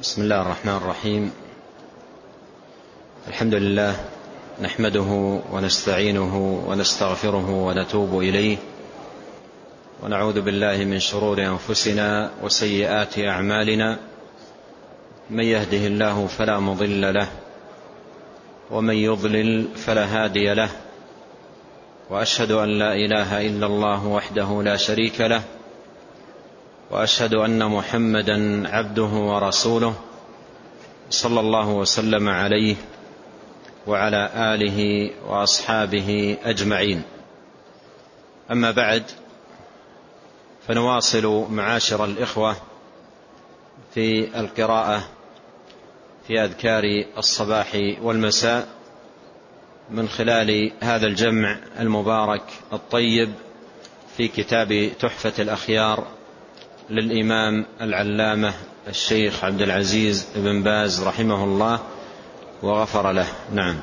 بسم الله الرحمن الرحيم. الحمد لله نحمده ونستعينه ونستغفره ونتوب إليه، ونعوذ بالله من شرور أنفسنا وسيئات أعمالنا. من يهده الله فلا مضل له، ومن يضلل فلا هادي له، وأشهد أن لا إله إلا الله وحده لا شريك له، وأشهد أن محمدا عبده ورسوله صلى الله وسلم عليه وعلى آله وأصحابه أجمعين. أما بعد، فنواصل معاشر الإخوة في القراءة في أذكار الصباح والمساء من خلال هذا الجمع المبارك الطيب في كتاب تحفة الأخيار للإمام العلامة الشيخ عبد العزيز بن باز رحمه الله وغفر له. نعم.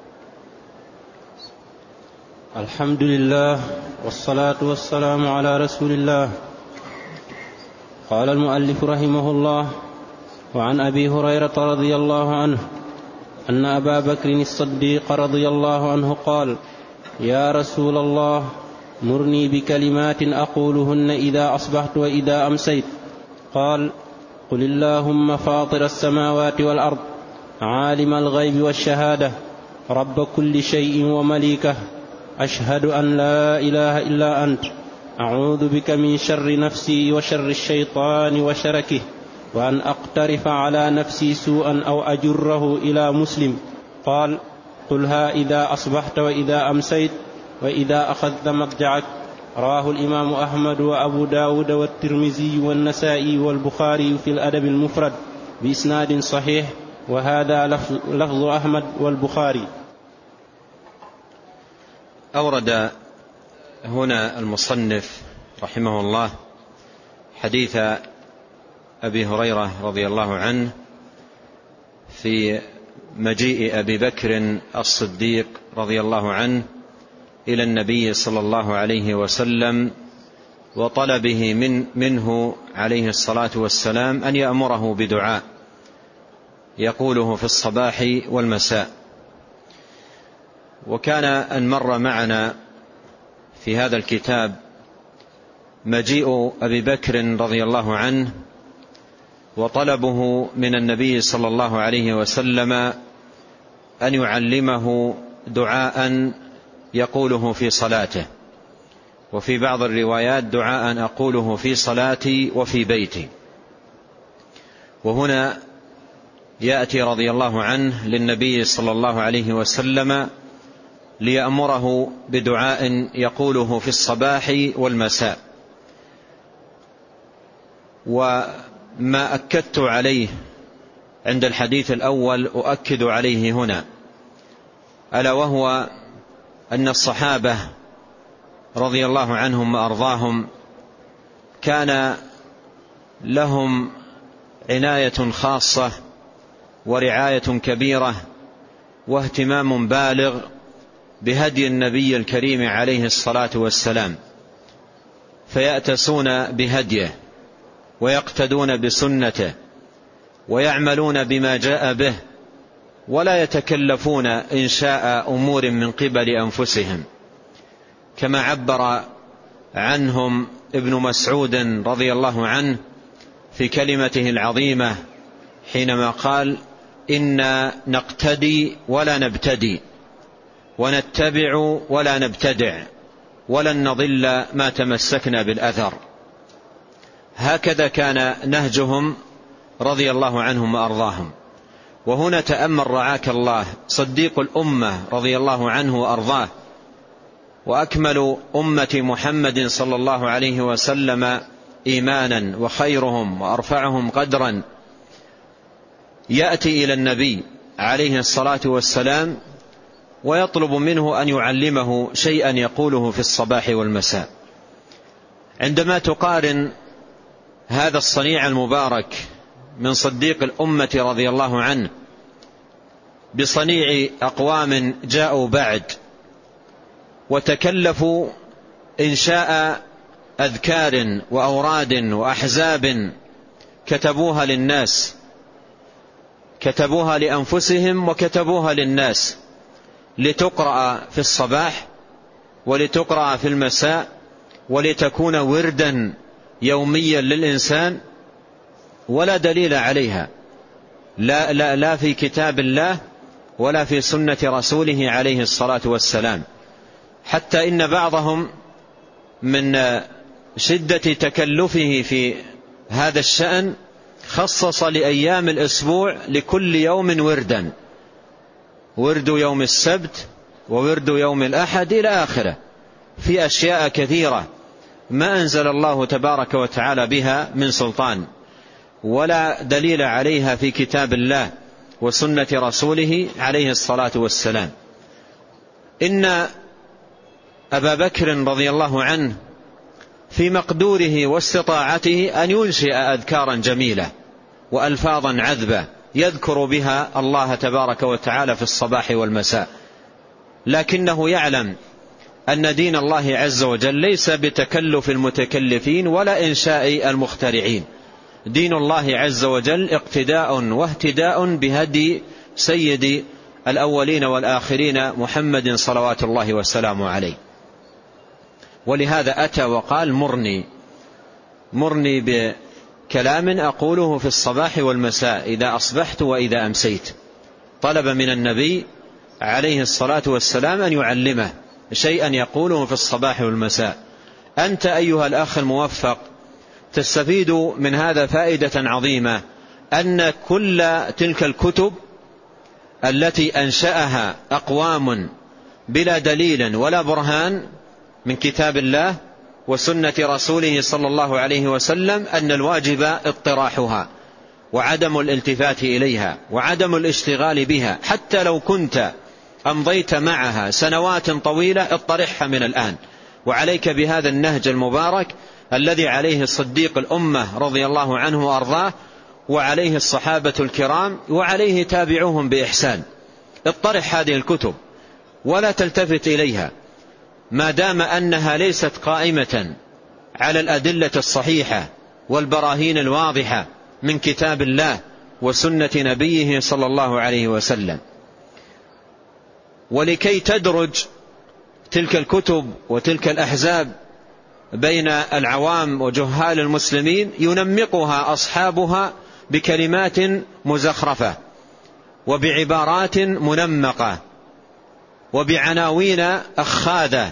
الحمد لله والصلاة والسلام على رسول الله. قال المؤلف رحمه الله: وعن أبي هريرة رضي الله عنه أن أبا بكر الصديق رضي الله عنه قال: يا رسول الله، مرني بكلمات أقولهن إذا أصبحت وإذا أمسيت. قال: قل اللهم فاطر السماوات والأرض، عالم الغيب والشهادة، رب كل شيء ومليكه، أشهد أن لا إله إلا أنت، أعوذ بك من شر نفسي وشر الشيطان وشركه، وأن أقترف على نفسي سوءا أو أجره إلى مسلم. قال: قلها إذا أصبحت وإذا أمسيت وإذا أخذت مضجعك. رواه الإمام أحمد وأبو داود والترمذي والنسائي والبخاري في الأدب المفرد بإسناد صحيح، وهذا لفظ أحمد والبخاري. أورد هنا المصنف رحمه الله حديث أبي هريرة رضي الله عنه في مجيء أبي بكر الصديق رضي الله عنه إلى النبي صلى الله عليه وسلم، وطلبه منه عليه الصلاة والسلام أن يأمره بدعاء يقوله في الصباح والمساء. وكان أن مر معنا في هذا الكتاب مجيء أبي بكر رضي الله عنه وطلبه من النبي صلى الله عليه وسلم أن يعلمه دعاء يقوله في صلاته، وفي بعض الروايات دعاء أقوله في صلاتي وفي بيتي. وهنا يأتي رضي الله عنه للنبي صلى الله عليه وسلم ليأمره بدعاء يقوله في الصباح والمساء. وما أكدت عليه عند الحديث الأول أؤكد عليه هنا، ألا وهو أن الصحابة رضي الله عنهم وأرضاهم كان لهم عناية خاصة ورعاية كبيرة واهتمام بالغ بهدي النبي الكريم عليه الصلاة والسلام، فيأتسون بهديه ويقتدون بسنته ويعملون بما جاء به، ولا يتكلفون إنشاء أمور من قبل أنفسهم، كما عبر عنهم ابن مسعود رضي الله عنه في كلمته العظيمة حينما قال: إنا نقتدي ولا نبتدي، ونتبع ولا نبتدع، ولن نضل ما تمسكنا بالأثر. هكذا كان نهجهم رضي الله عنهم وأرضاهم. وهنا تأمل رعاك الله صديق الأمة رضي الله عنه وأرضاه، وأكمل أمة محمد صلى الله عليه وسلم إيمانا وخيرهم وأرفعهم قدرا، يأتي إلى النبي عليه الصلاة والسلام ويطلب منه أن يعلمه شيئا يقوله في الصباح والمساء. عندما تقارن هذا الصنيع المبارك من صديق الأمة رضي الله عنه بصنيع أقوام جاءوا بعد وتكلفوا إنشاء أذكار وأوراد وأحزاب كتبوها للناس كتبوها لأنفسهم وكتبوها للناس، لتقرأ في الصباح ولتقرأ في المساء، ولتكون وردا يوميا للإنسان، ولا دليل عليها لا في كتاب الله ولا في سنة رسوله عليه الصلاة والسلام. حتى إن بعضهم من شدة تكلفه في هذا الشأن خصص لأيام الأسبوع لكل يوم وردا، ورد يوم السبت وورد يوم الأحد إلى آخره، في أشياء كثيرة ما أنزل الله تبارك وتعالى بها من سلطان، ولا دليل عليها في كتاب الله وسنة رسوله عليه الصلاة والسلام. إن أبا بكر رضي الله عنه في مقدوره واستطاعته أن ينشئ أذكارا جميلة وألفاظا عذبة يذكر بها الله تبارك وتعالى في الصباح والمساء، لكنه يعلم أن دين الله عز وجل ليس بتكلف المتكلفين ولا إنشاء المخترعين. دين الله عز وجل اقتداء واهتداء بهدي سيد الأولين والآخرين محمد صلوات الله وسلامه عليه. ولهذا أتى وقال مرني بكلام أقوله في الصباح والمساء إذا أصبحت وإذا أمسيت. طلب من النبي عليه الصلاة والسلام أن يعلمه شيئا يقوله في الصباح والمساء. أنت أيها الأخ الموفق تستفيد من هذا فائدة عظيمة، أن كل تلك الكتب التي أنشأها أقوام بلا دليل ولا برهان من كتاب الله وسنة رسوله صلى الله عليه وسلم، أن الواجب اطراحها وعدم الالتفات إليها وعدم الاشتغال بها، حتى لو كنت أمضيت معها سنوات طويلة اطرحها من الآن. وعليك بهذا النهج المبارك الذي عليه الصديق الأمة رضي الله عنه وأرضاه، وعليه الصحابة الكرام، وعليه تابعوهم بإحسان. اطرح هذه الكتب ولا تلتفت إليها ما دام أنها ليست قائمة على الأدلة الصحيحة والبراهين الواضحة من كتاب الله وسنة نبيه صلى الله عليه وسلم. ولكي تدرج تلك الكتب وتلك الأحزاب بين العوام وجهال المسلمين ينمقها أصحابها بكلمات مزخرفة وبعبارات منمقة وبعناوين أخاذة.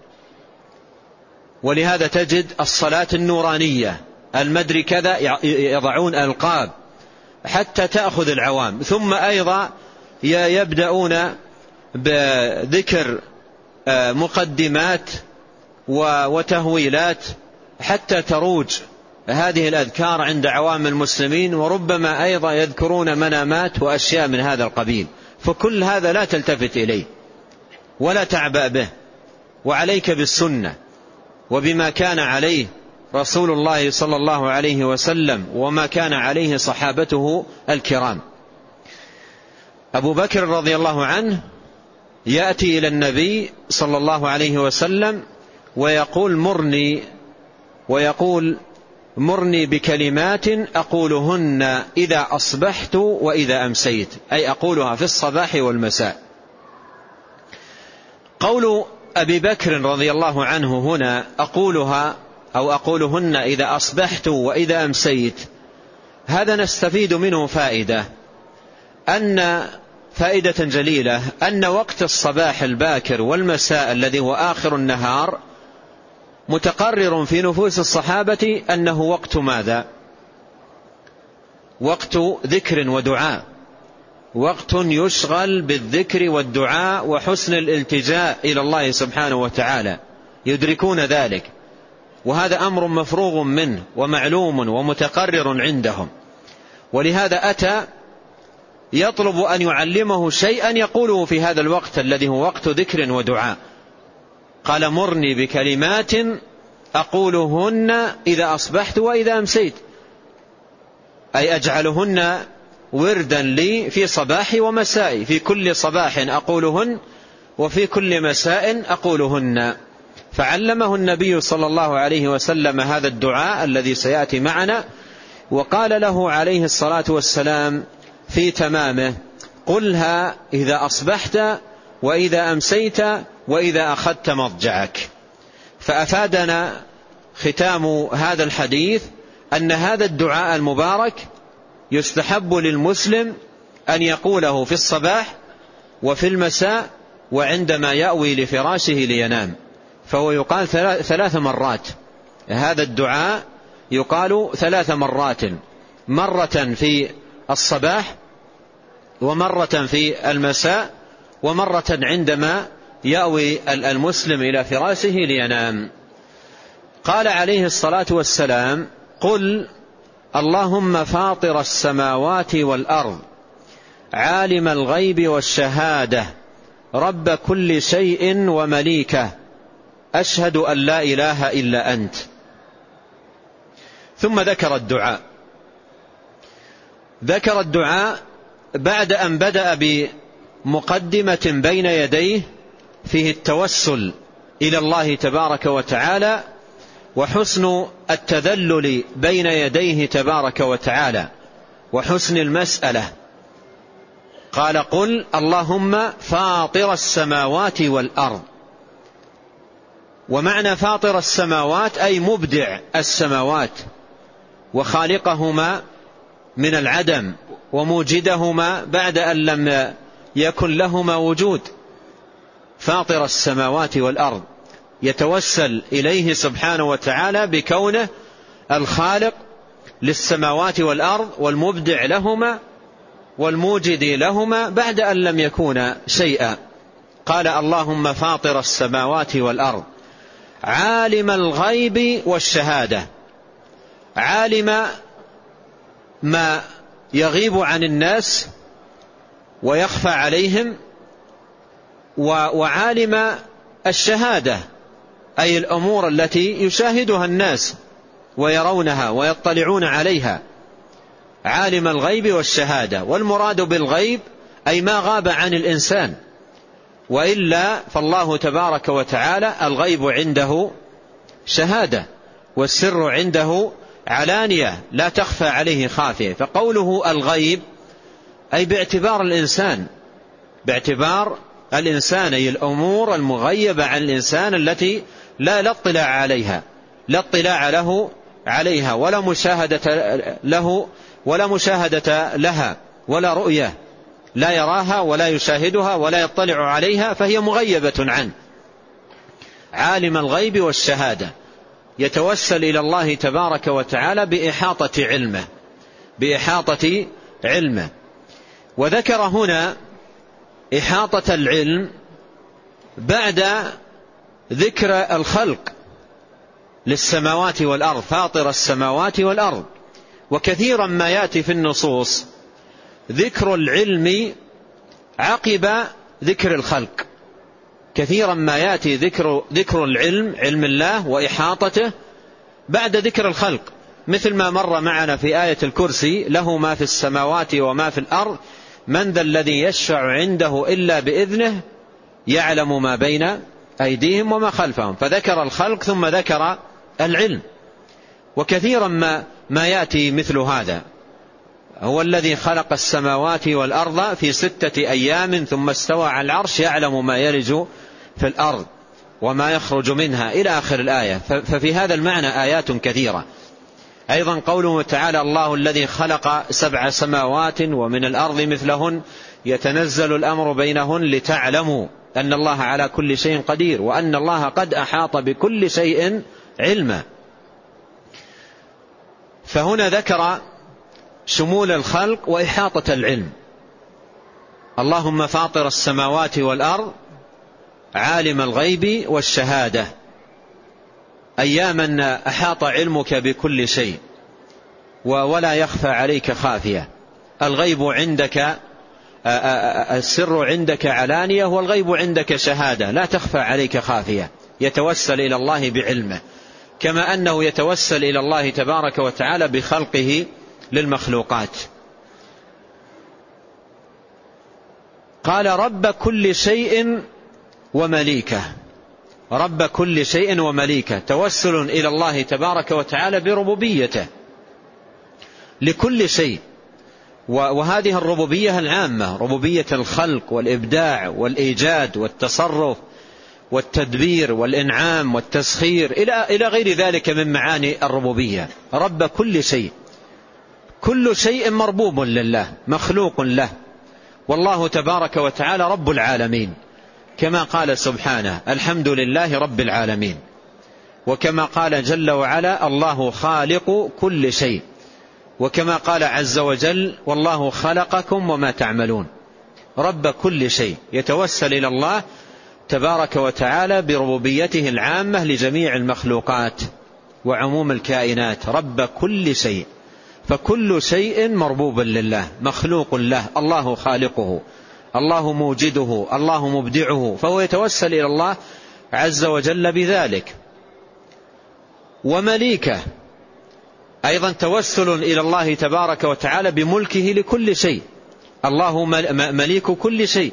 ولهذا تجد الصلاة النورانية المدري كذا يضعون ألقاب حتى تأخذ العوام، ثم أيضا يبدأون بذكر مقدمات وتهويلات حتى تروج هذه الأذكار عند عوام المسلمين، وربما أيضا يذكرون منامات وأشياء من هذا القبيل. فكل هذا لا تلتفت إليه ولا تعبأ به، وعليك بالسنة وبما كان عليه رسول الله صلى الله عليه وسلم وما كان عليه صحابته الكرام. أبو بكر رضي الله عنه يأتي إلى النبي صلى الله عليه وسلم ويقول مرني بكلمات أقولهن إذا أصبحت وإذا أمسيت، أي أقولها في الصباح والمساء. قول أبي بكر رضي الله عنه هنا أقولهن إذا أصبحت وإذا أمسيت، هذا نستفيد منه فائدة جليلة، أن وقت الصباح الباكر والمساء الذي هو آخر النهار متقرر في نفوس الصحابة أنه وقت ماذا؟ وقت ذكر ودعاء، وقت يشغل بالذكر والدعاء وحسن الالتجاء إلى الله سبحانه وتعالى، يدركون ذلك، وهذا أمر مفروغ منه ومعلوم ومتقرر عندهم. ولهذا أتى يطلب أن يعلمه شيئا يقوله في هذا الوقت الذي هو وقت ذكر ودعاء. قال مرني بكلمات أقولهن إذا أصبحت وإذا أمسيت، أي أجعلهن وردا لي في صباحي ومسائي، في كل صباح أقولهن وفي كل مساء أقولهن. فعلمه النبي صلى الله عليه وسلم هذا الدعاء الذي سيأتي معنا، وقال له عليه الصلاة والسلام في تمامه: قلها إذا أصبحت وإذا أمسيت وإذا أخذت مضجعك. فأفادنا ختام هذا الحديث أن هذا الدعاء المبارك يستحب للمسلم أن يقوله في الصباح وفي المساء وعندما يأوي لفراشه لينام، فهو يقال 3 مرات. هذا الدعاء يقال 3 مرات، مرة في الصباح ومرة في المساء ومرة عندما يأوي المسلم إلى فراشه لينام. قال عليه الصلاة والسلام: قل اللهم فاطر السماوات والأرض عالم الغيب والشهادة رب كل شيء ومليكه أشهد أن لا إله إلا أنت. ثم ذكر الدعاء بعد أن بدأ بمقدمة بين يديه فيه التوسل إلى الله تبارك وتعالى وحسن التذلل بين يديه تبارك وتعالى وحسن المسألة. قال: قل اللهم فاطر السماوات والأرض. ومعنى فاطر السماوات أي مبدع السماوات وخالقهما من العدم وموجدهما بعد أن لم يكن لهما وجود. فاطر السماوات والأرض يتوسل إليه سبحانه وتعالى بكونه الخالق للسماوات والأرض والمبدع لهما والموجد لهما بعد أن لم يكونا شيئا. قال: اللهم فاطر السماوات والأرض عالم الغيب والشهادة. عالم ما يغيب عن الناس ويخفى عليهم، وعالم الشهادة أي الأمور التي يشاهدها الناس ويرونها ويطلعون عليها. عالم الغيب والشهادة، والمراد بالغيب أي ما غاب عن الإنسان، وإلا فالله تبارك وتعالى الغيب عنده شهادة والسر عنده علانية لا تخفى عليه خافية. فقوله الغيب أي باعتبار الإنسان أي الأمور المغيبة عن الإنسان التي لا اطلاع عليها، لا اطلاع له عليها ولا مشاهدة له ولا مشاهدة لها ولا رؤية، لا يراها ولا يشاهدها ولا يطلع عليها، فهي مغيبة عنه. عالم الغيب والشهادة يتوسل إلى الله تبارك وتعالى بإحاطة علمه. وذكر هنا إحاطة العلم بعد ذكر الخلق للسماوات والأرض، فاطر السماوات والأرض. وكثيرا ما يأتي في النصوص ذكر العلم عقب ذكر الخلق، كثيرا ما يأتي ذكر العلم، علم الله وإحاطته، بعد ذكر الخلق، مثل ما مر معنا في آية الكرسي: له ما في السماوات وما في الأرض من ذا الذي يشفع عنده إلا بإذنه يعلم ما بين أيديهم وما خلفهم. فذكر الخلق ثم ذكر العلم. وكثيرا ما يأتي مثل هذا: هو الذي خلق السماوات والأرض في 6 أيام ثم استوى على العرش يعلم ما يلج في الأرض وما يخرج منها إلى آخر الآية. ففي هذا المعنى آيات كثيرة. أيضا قوله تعالى: الله الذي خلق 7 سماوات ومن الأرض مثلهن يتنزل الأمر بينهن لتعلموا أن الله على كل شيء قدير وأن الله قد أحاط بكل شيء علما. فهنا ذكر شمول الخلق وإحاطة العلم. اللهم فاطر السماوات والأرض عالم الغيب والشهادة، أياما أحاط علمك بكل شيء ولا يخفى عليك خافية. الغيب عندك، السر عندك علانية، والغيب عندك شهادة لا تخفى عليك خافية. يتوسل إلى الله بعلمه، كما أنه يتوسل إلى الله تبارك وتعالى بخلقه للمخلوقات. قال: رب كل شيء ومليكه. رب كل شيء ومليكه، توسل إلى الله تبارك وتعالى بربوبيته لكل شيء، وهذه الربوبية العامة، ربوبية الخلق والإبداع والإيجاد والتصرف والتدبير والإنعام والتسخير إلى غير ذلك من معاني الربوبية. رب كل شيء، كل شيء مربوب لله مخلوق له، والله تبارك وتعالى رب العالمين، كما قال سبحانه الحمد لله رب العالمين، وكما قال جل وعلا الله خالق كل شيء، وكما قال عز وجل والله خلقكم وما تعملون. رب كل شيء، يتوسل إلى الله تبارك وتعالى بربوبيته العامة لجميع المخلوقات وعموم الكائنات، رب كل شيء، فكل شيء مربوب لله مخلوق له، الله خالقه، الله موجده، الله مبدعه، فهو يتوسل إلى الله عز وجل بذلك. ومليكه أيضا توسل إلى الله تبارك وتعالى بملكه لكل شيء، الله مليك كل شيء،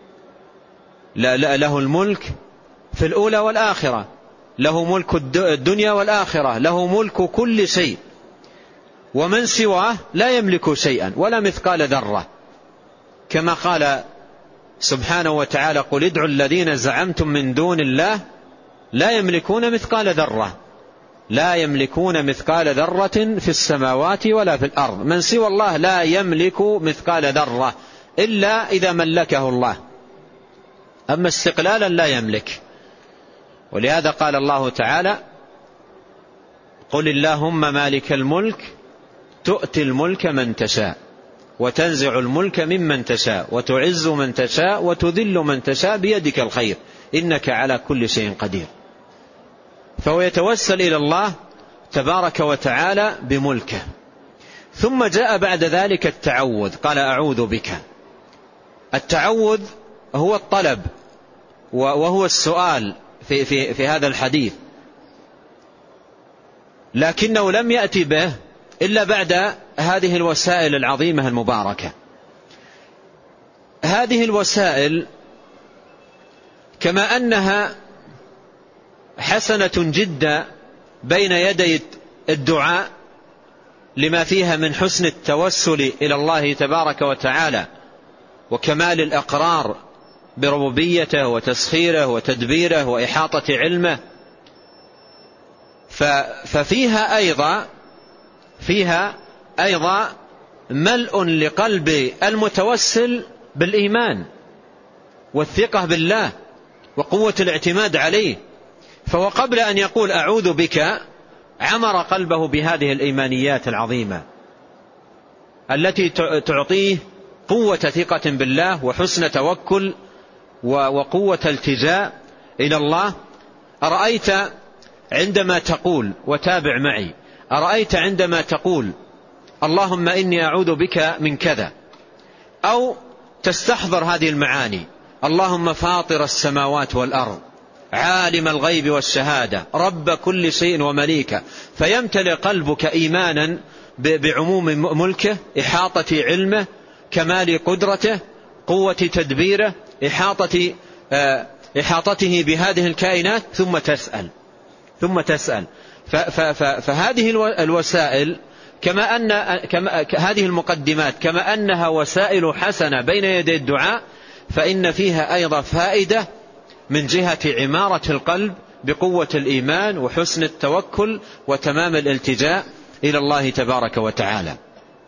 له الملك في الأولى والآخرة، له ملك الدنيا والآخرة، له ملك كل شيء، ومن سواه لا يملك شيئا ولا مثقال ذرة، كما قال سبحانه وتعالى قل ادعوا الذين زعمتم من دون الله لا يملكون مثقال ذرة، لا يملكون مثقال ذرة في السماوات ولا في الأرض، من سوى الله لا يملك مثقال ذرة إلا إذا ملكه الله، أما استقلالا لا يملك. ولهذا قال الله تعالى قل اللهم مالك الملك تؤتي الملك من تشاء وتنزع الملك ممن تشاء وتعز من تشاء وتذل من تشاء بيدك الخير إنك على كل شيء قدير. فهو يتوسل إلى الله تبارك وتعالى بملكه. ثم جاء بعد ذلك التعوذ، قال أعوذ بك. التعوذ هو الطلب وهو السؤال في هذا الحديث، لكنه لم يأتي به إلا بعد هذه الوسائل العظيمة المباركة. هذه الوسائل كما أنها حسنة جدا بين يدي الدعاء لما فيها من حسن التوسل إلى الله تبارك وتعالى وكمال الإقرار بربوبيته وتسخيره وتدبيره وإحاطة علمه، ففيها أيضا ملء لقلب المتوسل بالإيمان والثقة بالله وقوة الاعتماد عليه. فهو قبل أن يقول أعوذ بك عمر قلبه بهذه الإيمانيات العظيمة التي تعطيه قوة ثقة بالله وحسن توكل وقوة التجاء إلى الله. أرأيت عندما تقول، وتابع معي، أرأيت عندما تقول اللهم إني أعوذ بك من كذا، أو تستحضر هذه المعاني اللهم فاطر السماوات والأرض عالم الغيب والشهادة رب كل شيء ومليكه، فيمتلئ قلبك إيمانا بعموم ملكه، إحاطة علمه، كمال قدرته، قوة تدبيره، إحاطته بهذه الكائنات، ثم تسأل. فهذه الوسائل هذه المقدمات كما أنها وسائل حسنة بين يدي الدعاء، فإن فيها أيضا فائدة من جهة عمارة القلب بقوة الإيمان وحسن التوكل وتمام الالتجاء إلى الله تبارك وتعالى.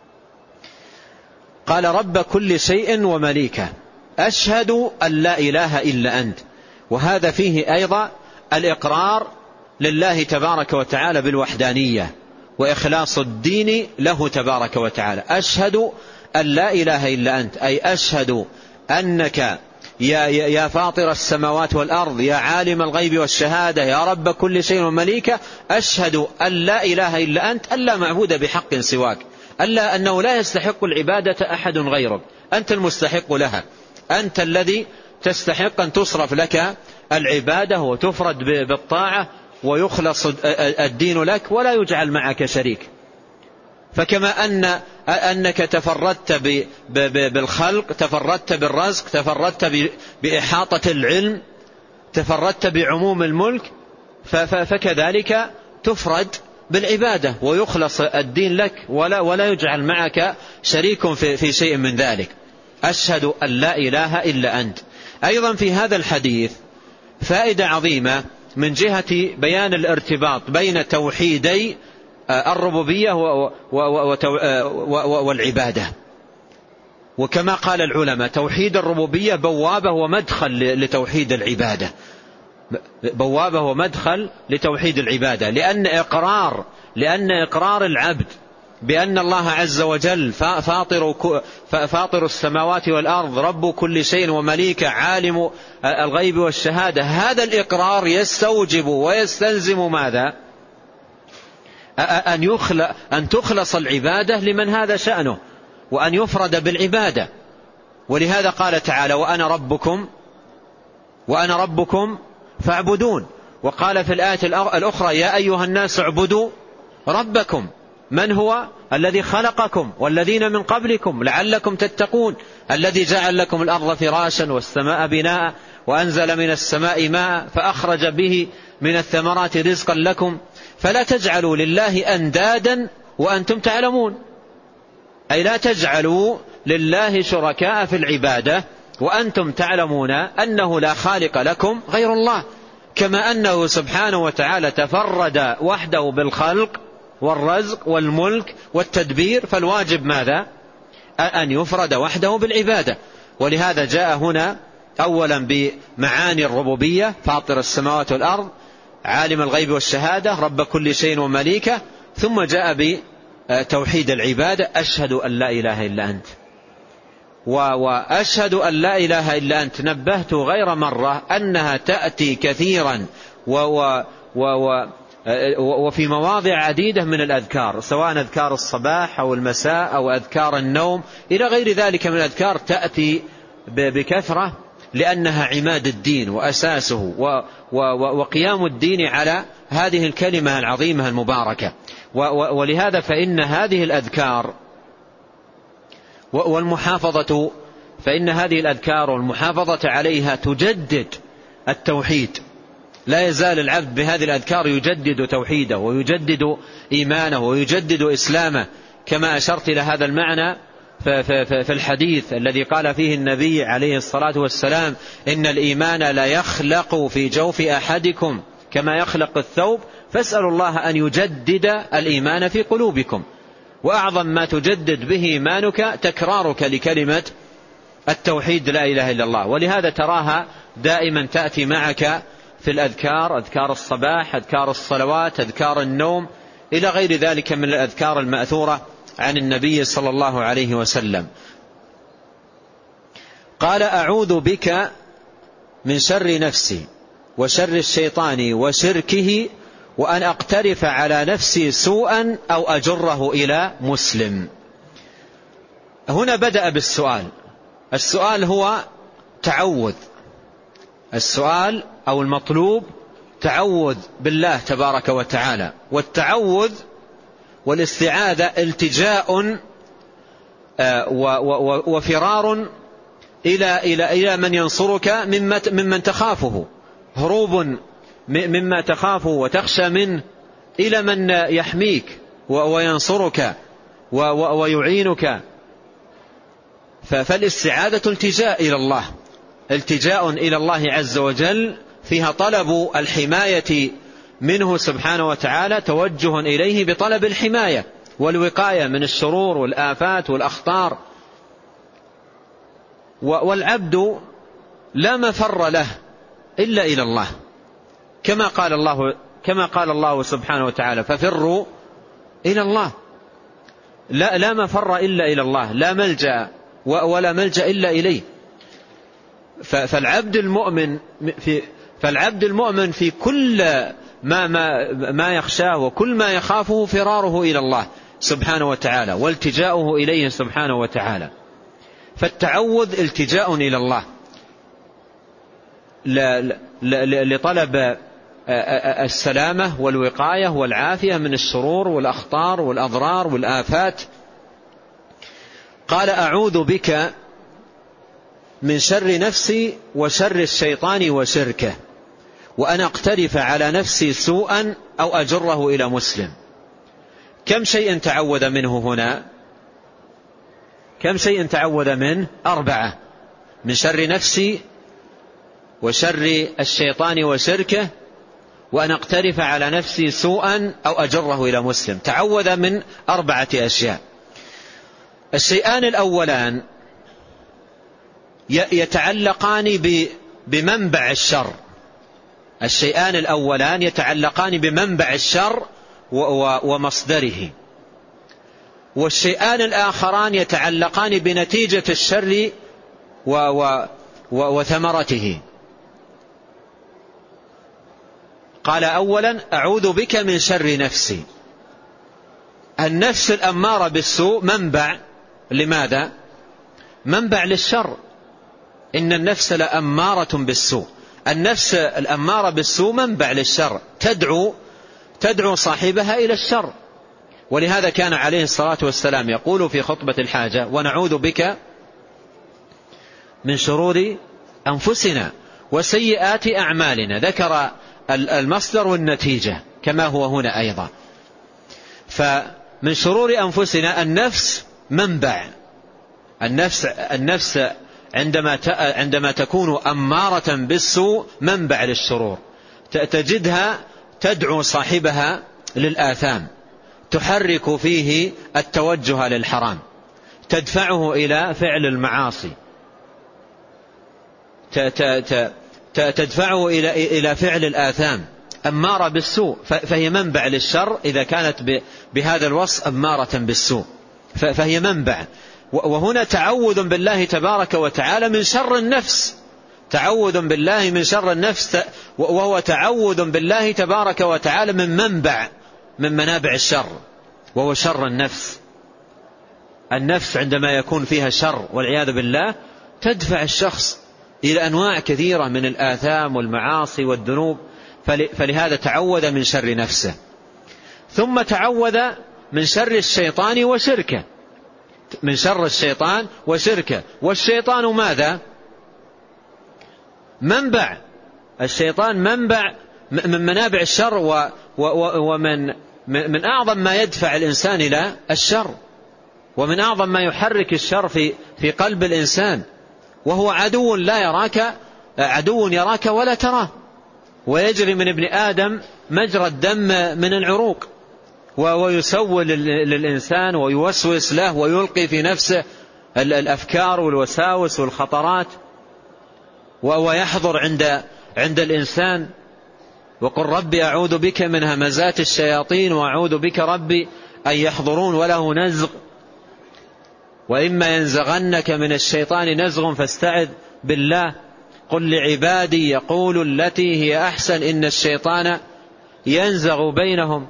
قال رب كل شيء ومليكه أشهد أن لا إله إلا أنت، وهذا فيه أيضا الإقرار لله تبارك وتعالى بالوحدانية وإخلاص الدين له تبارك وتعالى. أشهد أن لا إله إلا أنت، أي أشهد أنك يا فاطر السماوات والأرض، يا عالم الغيب والشهادة، يا رب كل شيء ومليكه، أشهد أن لا إله إلا أنت، أن لا معبود بحق سواك، أنه لا يستحق العبادة أحد غيرك، أنت المستحق لها، أنت الذي تستحق أن تصرف لك العبادة وتفرد بالطاعة ويخلص الدين لك ولا يجعل معك شريك. فكما أنك تفردت بالخلق، تفردت بالرزق، تفردت بإحاطة العلم، تفردت بعموم الملك، فكذلك تفرد بالعبادة ويخلص الدين لك ولا يجعل معك شريك في شيء من ذلك. أشهد أن لا إله إلا أنت. أيضا في هذا الحديث فائدة عظيمة من جهة بيان الارتباط بين توحيدي الربوبية والعبادة. وكما قال العلماء توحيد الربوبية بوابة ومدخل لتوحيد العبادة، بوابة ومدخل لتوحيد العبادة، لأن إقرار العبد بأن الله عز وجل فاطر السماوات والأرض رب كل شيء ومليكه عالم الغيب والشهادة، هذا الإقرار يستوجب ويستلزم ماذا؟ أن تخلص العبادة لمن هذا شأنه، وأن يفرد بالعبادة. ولهذا قال تعالى وأنا ربكم فاعبدون. وقال في الآية الأخرى يا أيها الناس اعبدوا ربكم من هو الذي خلقكم والذين من قبلكم لعلكم تتقون الذي جعل لكم الأرض فراشا والسماء بناء وأنزل من السماء ماء فأخرج به من الثمرات رزقا لكم فلا تجعلوا لله أندادا وأنتم تعلمون. أي لا تجعلوا لله شركاء في العبادة وأنتم تعلمون أنه لا خالق لكم غير الله، كما أنه سبحانه وتعالى تفرد وحده بالخلق والرزق والملك والتدبير، فالواجب ماذا؟ أن يفرد وحده بالعبادة. ولهذا جاء هنا أولا بمعاني الربوبية فاطر السماوات والأرض عالم الغيب والشهادة رب كل شيء ومليكه، ثم جاء بتوحيد العبادة أشهد أن لا إله إلا أنت. وأشهد أن لا إله إلا أنت نبهت غير مرة أنها تأتي كثيرا وفي مواضع عديدة من الأذكار، سواء أذكار الصباح أو المساء أو أذكار النوم إلى غير ذلك من الأذكار، تأتي بكثرة لأنها عماد الدين وأساسه وقيام الدين على هذه الكلمة العظيمة المباركة. ولهذا فإن هذه الأذكار والمحافظة عليها تجدد التوحيد. لا يزال العبد بهذه الأذكار يجدد توحيده ويجدد إيمانه ويجدد إسلامه، كما أشرت إلى هذا المعنى في الحديث الذي قال فيه النبي عليه الصلاة والسلام إن الإيمان لا يخلق في جوف أحدكم كما يخلق الثوب فاسألوا الله أن يجدد الإيمان في قلوبكم. وأعظم ما تجدد به إيمانك تكرارك لكلمة التوحيد لا إله إلا الله. ولهذا تراها دائما تأتي معك في الأذكار، أذكار الصباح، أذكار الصلوات، أذكار النوم إلى غير ذلك من الأذكار المأثورة عن النبي صلى الله عليه وسلم. قال أعوذ بك من شر نفسي وشر الشيطان وشركه وأن أقترف على نفسي سوءا أو أجره إلى مسلم. هنا بدأ بالسؤال. السؤال هو تعوذ، السؤال أو المطلوب تعوذ بالله تبارك وتعالى. والتعوذ والاستعاذة التجاء وفرار إلى من ينصرك ممن تخافه، هروب مما تخافه وتخشى منه إلى من يحميك وينصرك ويعينك. فالاستعاذة التجاء إلى الله، التجاء إلى الله عز وجل، فيها طلب الحماية منه سبحانه وتعالى، توجه إليه بطلب الحماية والوقاية من الشرور والآفات والأخطار. والعبد لا مفر له إلا إلى الله، كما قال الله سبحانه وتعالى ففروا إلى الله. لا مفر إلا إلى الله، لا ملجأ ولا ملجأ إلا إليه. فالعبد المؤمن في كل ما يخشاه وكل ما يخافه فراره إلى الله سبحانه وتعالى والتجاؤه إليه سبحانه وتعالى. فالتعوذ التجاء إلى الله لطلب السلامة والوقاية والعافية من الشرور والأخطار والأضرار والآفات. قال أعوذ بك من شر نفسي وشر الشيطان وشركه وأن أقترف على نفسي سوءا أو أجره إلى مسلم. كم شيء تعوذ منه هنا؟ كم شيء تعوذ منه؟ 4: من شر نفسي وشر الشيطان وشركه وأن أقترف على نفسي سوءا أو أجره إلى مسلم. تعوذ من 4 أشياء. الشيئان الأولان يتعلقان بمنبع الشر. الشيئان الأولان يتعلقان بمنبع الشر ومصدره، والشيئان الآخران يتعلقان بنتيجة الشر وثمرته. قال أولا: أعوذ بك من شر نفسي. النفس الأمارة بالسوء منبع لماذا؟ منبع للشر. إن النفس لأمارة بالسوء. النفس الأمارة بالسوء منبع للشر، تدعو صاحبها إلى الشر. ولهذا كان عليه الصلاة والسلام يقول في خطبة الحاجة: ونعوذ بك من شرور أنفسنا وسيئات أعمالنا. ذكر المصدر والنتيجة كما هو هنا أيضا. فمن شرور أنفسنا، النفس منبع. النفس عندما تكون أمارة بالسوء منبع للشرور، تجدها تدعو صاحبها للآثام، تحرك فيه التوجه للحرام، تدفعه إلى فعل المعاصي، تدفعه إلى فعل الآثام. أمارة بالسوء، فهي منبع للشر. إذا كانت بهذا الوصف أمارة بالسوء فهي منبع. وهنا تعوذ بالله تبارك وتعالى من شر النفس. تعوذ بالله من شر النفس، وهو تعوذ بالله تبارك وتعالى من منابع الشر، وهو شر النفس. النفس عندما يكون فيها شر والعياذ بالله تدفع الشخص إلى أنواع كثيرة من الآثام والمعاصي والذنوب. فلهذا تعوذ من شر نفسه. ثم تعوذ من شر الشيطان وشركه. من شر الشيطان وشركه. والشيطان ماذا؟ منبع. الشيطان منبع من منابع الشر، ومن أعظم ما يدفع الإنسان إلى الشر، ومن أعظم ما يحرك الشر في قلب الإنسان. وهو عدو لا يراك، عدو يراك ولا تراه، ويجري من ابن آدم مجرى الدم من العروق، ويسول للإنسان ويوسوس له ويلقي في نفسه الأفكار والوساوس والخطرات، ويحضر عند الإنسان. وقل ربي أعوذ بك من همزات الشياطين وأعوذ بك ربي أن يحضرون. وله نزغ وإما ينزغنك من الشيطان نزغ فاستعذ بالله. قل لعبادي يقولوا التي هي أحسن إن الشيطان ينزغ بينهم.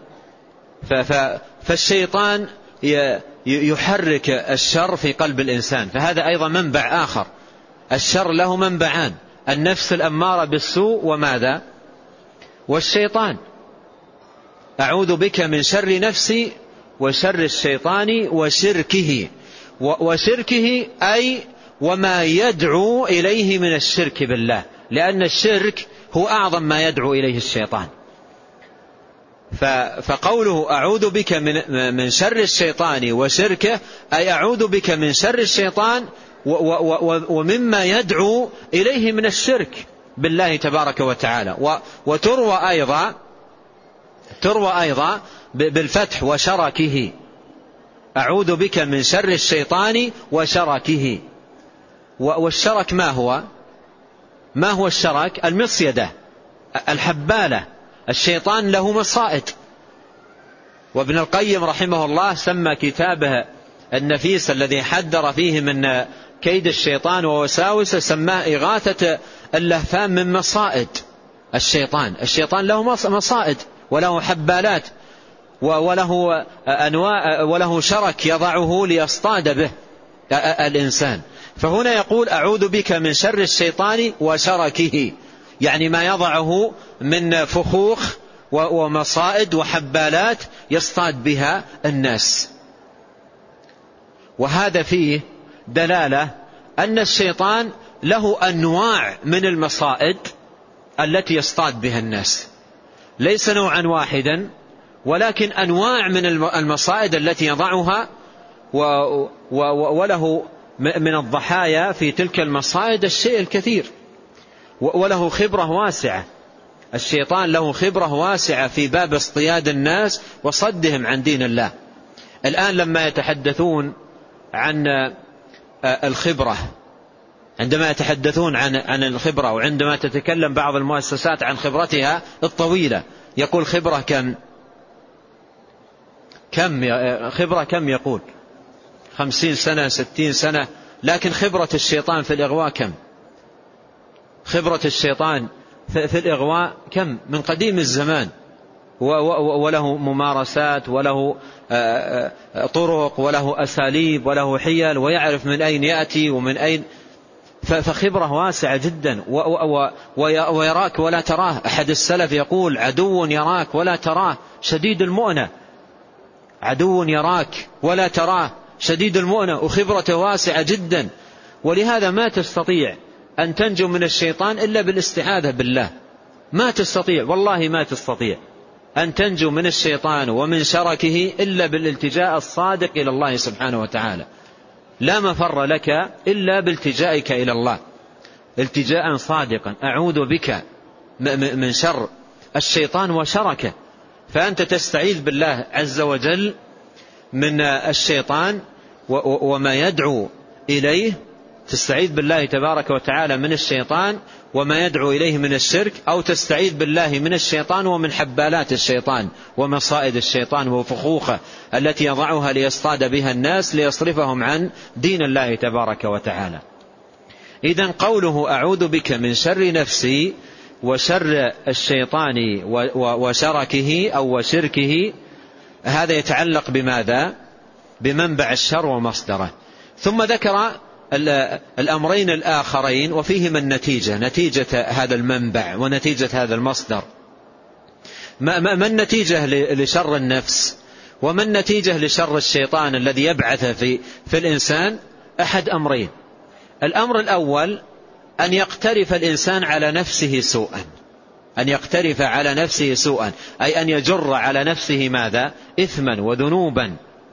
فالشيطان يحرك الشر في قلب الإنسان، فهذا أيضا منبع آخر. الشر له منبعان: النفس الأمارة بالسوء وماذا؟ والشيطان. أعوذ بك من شر نفسي وشر الشيطان وشركه. وشركه أي وما يدعو إليه من الشرك بالله، لأن الشرك هو أعظم ما يدعو إليه الشيطان. فقوله أعوذ بك من شر الشيطان وشركه أي أعوذ بك من شر الشيطان ومما يدعو إليه من الشرك بالله تبارك وتعالى. وتروى أيضا بالفتح وشركه. أعوذ بك من شر الشيطان وشركه. والشرك ما هو الشرك؟ المصيدة، الحبالة. الشيطان له مصائد. وابن القيم رحمه الله سمى كتابه النفيس الذي حذر فيه من كيد الشيطان ووساوسه سماه إغاثة اللهفان من مصائد الشيطان. الشيطان له مصائد وله حبالات وله أنواع وله شرك يضعه ليصطاد به الإنسان. فهنا يقول أعوذ بك من شر الشيطان وشركه، يعني ما يضعه من فخوخ ومصائد وحبالات يصطاد بها الناس. وهذا فيه دلالة أن الشيطان له أنواع من المصائد التي يصطاد بها الناس، ليس نوعا واحدا ولكن أنواع من المصائد التي يضعها، وله من الضحايا في تلك المصائد الشيء الكثير، وله خبرة واسعة. الشيطان له خبرة واسعة في باب اصطياد الناس وصدهم عن دين الله. الآن لما يتحدثون عن الخبرة، عندما يتحدثون عن الخبرة، وعندما تتكلم بعض المؤسسات عن خبرتها الطويلة، يقول خبرة خبرة كم يقول 50 سنة 60 سنة، لكن خبرة الشيطان في الإغواء كم؟ خبرة الشيطان في الإغواء كم؟ من قديم الزمان، وله ممارسات، وله طرق، وله أساليب، وله حيل، ويعرف من أين يأتي ومن أين. فخبرة واسعة جدا، ويراك ولا تراه. أحد السلف يقول عدو يراك ولا تراه شديد المؤنة. عدو يراك ولا تراه شديد المؤنة، وخبرته واسعة جدا. ولهذا ما تستطيع أن تنجو من الشيطان إلا بالاستعاذة بالله. ما تستطيع، والله ما تستطيع أن تنجو من الشيطان ومن شركه إلا بالالتجاء الصادق إلى الله سبحانه وتعالى. لا مفر لك إلا بالتجائك إلى الله التجاء صادقا. أعوذ بك من شر الشيطان وشركه. فأنت تستعيذ بالله عز وجل من الشيطان وما يدعو إليه، تستعيذ بالله تبارك وتعالى من الشيطان وما يدعو إليه من الشرك، أو تستعيذ بالله من الشيطان ومن حبالات الشيطان ومصائد الشيطان وفخوخه التي يضعها ليصطاد بها الناس ليصرفهم عن دين الله تبارك وتعالى. إذن قوله أعوذ بك من شر نفسي وشر الشيطان وشركه أو وشركه، هذا يتعلق بماذا؟ بمنبع الشر ومصدره. ثم ذكر الأمرين الآخرين وفيهما النتيجة، نتيجة هذا المنبع ونتيجة هذا المصدر. ما النتيجة لشر النفس وما النتيجة لشر الشيطان الذي يبعث في الإنسان؟ أحد أمرين. الأمر الأول أن يقترف الإنسان على نفسه سوءا، أن يقترف على نفسه سوءا، أي أن يجر على نفسه ماذا؟ إثما وذنوبا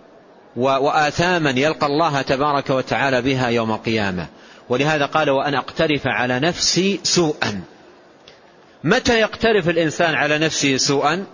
وآثاما يلقى الله تبارك وتعالى بها يوم القيامة. ولهذا قال وأن أقترف على نفسي سوءا. متى يقترف الإنسان على نفسه سوءا؟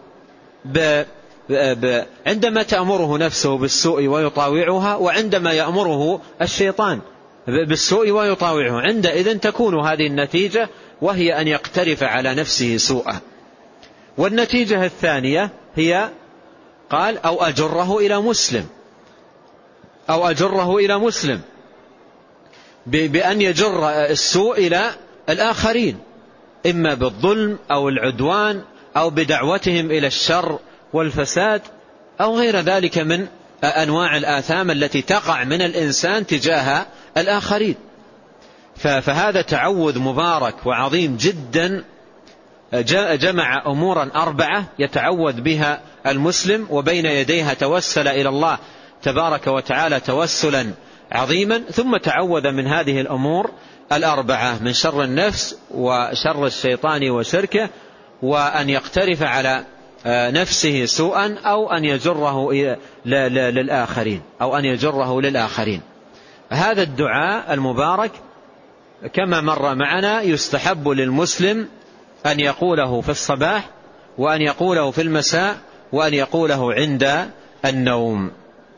عندما تأمره نفسه بالسوء ويطاوعها، وعندما يأمره الشيطان بالسوء ويطاوعه، عندئذ تكون هذه النتيجة، وهي أن يقترف على نفسه سوءا. والنتيجة الثانية هي قال أو أجره إلى مسلم، أو أجره إلى مسلم، بأن يجر السوء إلى الآخرين، إما بالظلم أو العدوان أو بدعوتهم إلى الشر والفساد أو غير ذلك من أنواع الآثام التي تقع من الإنسان تجاه الآخرين. فهذا تعوذ مبارك وعظيم جدا، جمع أمورا 4 يتعوذ بها المسلم، وبين يديها توسل إلى الله تبارك وتعالى توسلا عظيما، ثم تعوذ من هذه الأمور 4 من شر النفس وشر الشيطان وشركه، وأن يقترف على نفسه سوءا، أو أن يجره للآخرين، أو أن يجره للآخرين. هذا الدعاء المبارك كما مر معنا يستحب للمسلم أن يقوله في الصباح، وأن يقوله في المساء، وأن يقوله عند النوم.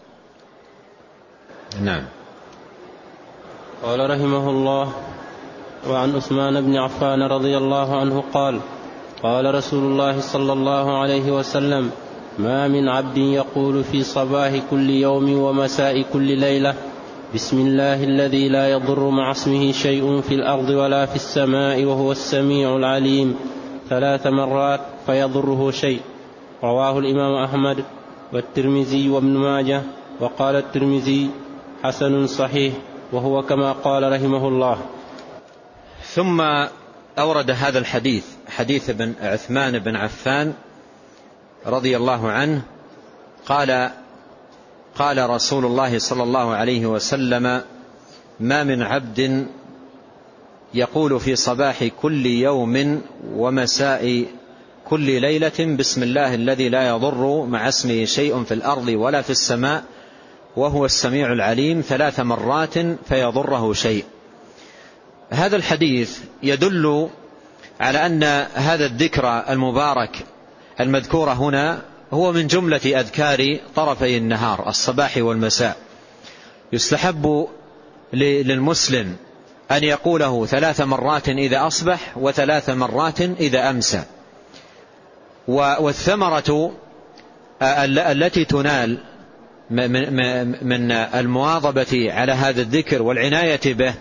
نعم. قال رحمه الله: وعن عثمان بن عفان رضي الله عنه قال: قال رسول الله صلى الله عليه وسلم: ما من عبد يقول في صباح كل يوم ومساء كل ليلة بسم الله الذي لا يضر مع اسمه شيء في الأرض ولا في السماء وهو السميع العليم 3 مرات فيضره شيء. رواه الإمام أحمد والترمذي وابن ماجه، وقال الترمذي: حسن صحيح، وهو كما قال رحمه الله. ثم أورد هذا الحديث، حديث ابن عثمان بن عفان رضي الله عنه قال رسول الله صلى الله عليه وسلم: ما من عبد يقول في صباح كل يوم ومساء كل ليلة بسم الله الذي لا يضر مع اسمه شيء في الأرض ولا في السماء وهو السميع العليم 3 مرات فيضره شيء. هذا الحديث يدل على أن هذا الذكر المبارك المذكور هنا هو من جملة أذكار طرفي النهار الصباح والمساء. يستحب للمسلم أن يقوله 3 مرات إذا أصبح و3 مرات إذا أمسى. والثمرة التي تنال من المواظبة على هذا الذكر والعناية به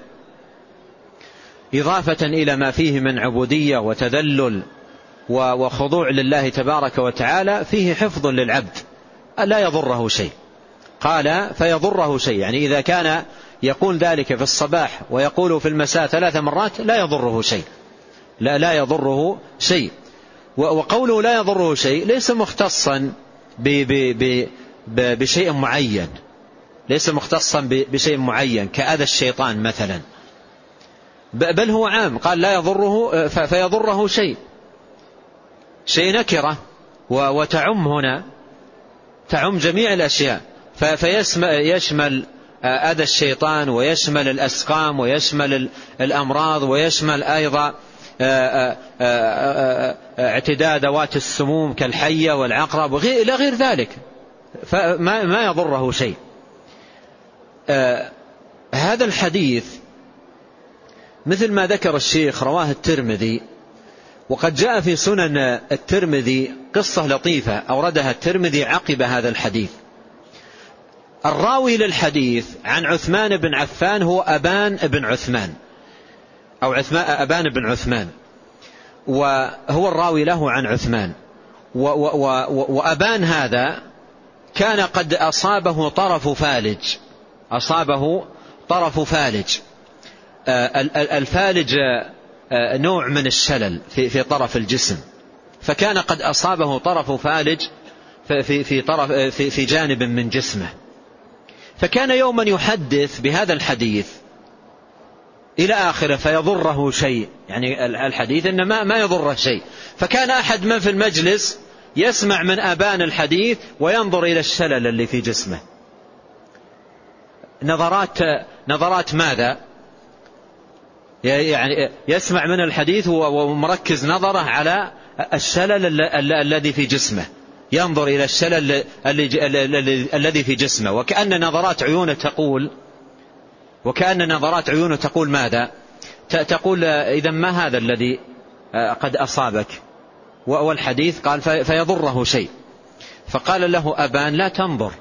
إضافة إلى ما فيه من عبودية وتذلل وخضوع لله تبارك وتعالى فيه حفظ للعبد لا يضره شيء. قال فيضره شيء، يعني إذا كان يقول ذلك في الصباح ويقول في المساء 3 مرات لا يضره شيء، لا يضره شيء. وقوله لا يضره شيء ليس مختصا بشيء معين، ليس مختصا بشيء معين كأذى الشيطان مثلا، بل هو عام. قال لا يضره فيضره شيء نكرة وتعم هنا، تعم جميع الأشياء، فيشمل أذى الشيطان ويشمل الأسقام ويشمل الأمراض ويشمل أيضا اعتداء ذوات السموم كالحية والعقرب إلى غير ذلك، فما يضره شيء. هذا الحديث مثل ما ذكر الشيخ رواه الترمذي، وقد جاء في سنن الترمذي قصة لطيفة أوردها الترمذي عقب هذا الحديث. الراوي للحديث عن عثمان بن عفان هو أبان بن عثمان أو أبان بن عثمان، وهو الراوي له عن عثمان. وأبان هذا كان قد أصابه طرف فالج. الفالج نوع من الشلل في طرف الجسم، فكان قد أصابه طرف فالج في جانب من جسمه، فكان يوما يحدث بهذا الحديث إلى آخره فيضره شيء، يعني الحديث إن ما يضره شيء. فكان أحد من في المجلس يسمع من أبان الحديث وينظر إلى الشلل اللي في جسمه، نظرات ماذا؟ يعني يسمع من الحديث ومركز نظره على الشلل الذي في جسمه، ينظر إلى الشلل الذي في جسمه، وكأن نظرات عيونه تقول ماذا؟ تقول إذا ما هذا الذي قد أصابك؟ والحديث قال فيضره شيء. فقال له أبان لا تنظر،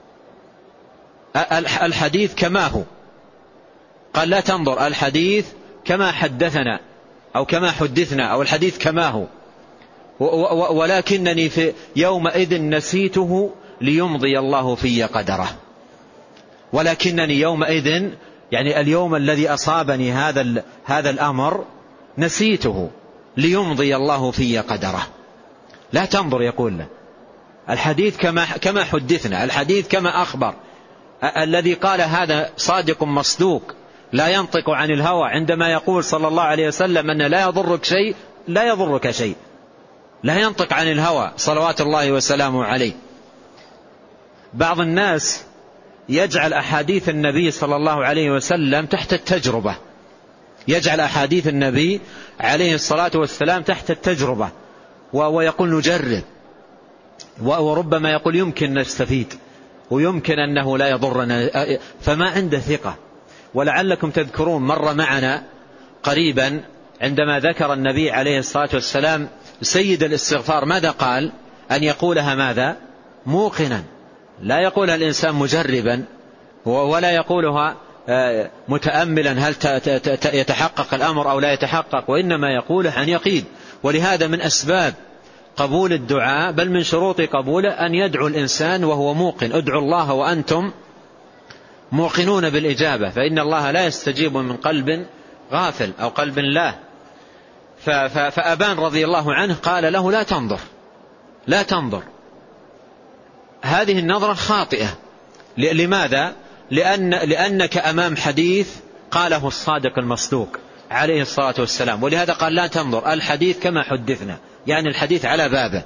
الحديث كما هو. قال لا تنظر، الحديث كما حدثنا أو كما حدثنا، أو الحديث كما هو، ولكنني في يومئذ نسيته ليمضي الله في قدره. ولكنني يومئذ، يعني اليوم الذي أصابني هذا الأمر نسيته ليمضي الله في قدره. لا تنظر، يقول له الحديث كما حدثنا، الحديث كما أخبر. الذي قال هذا صادق مصدوق لا ينطق عن الهوى، عندما يقول صلى الله عليه وسلم أن لا يضرك شيء، لا يضرك شيء، لا ينطق عن الهوى صلوات الله وسلامه عليه. بعض الناس يجعل أحاديث النبي صلى الله عليه وسلم تحت التجربة، يجعل أحاديث النبي عليه الصلاة والسلام تحت التجربة، ويقول نجرب، وربما يقول يمكن نستفيد ويمكن أنه لا يضرنا، فما عنده ثقة. ولعلكم تذكرون مر معنا قريبا عندما ذكر النبي عليه الصلاة والسلام سيد الاستغفار، ماذا قال؟ أن يقولها ماذا؟ موقنا، لا يقولها الإنسان مجربا، ولا يقولها متأملا هل يتحقق الأمر أو لا يتحقق، وإنما يقولها عن يقين. ولهذا من أسباب قبول الدعاء، بل من شروط قبوله، أن يدعو الإنسان وهو موقن. ادعوا الله وأنتم موقنون بالإجابة، فإن الله لا يستجيب من قلب غافل أو قلب لا. فأبان رضي الله عنه قال له لا تنظر، هذه النظرة خاطئة. لماذا؟ لأنك أمام حديث قاله الصادق المصدوق عليه الصلاة والسلام، ولهذا قال لا تنظر، الحديث كما حدثنا، يعني الحديث على بابه،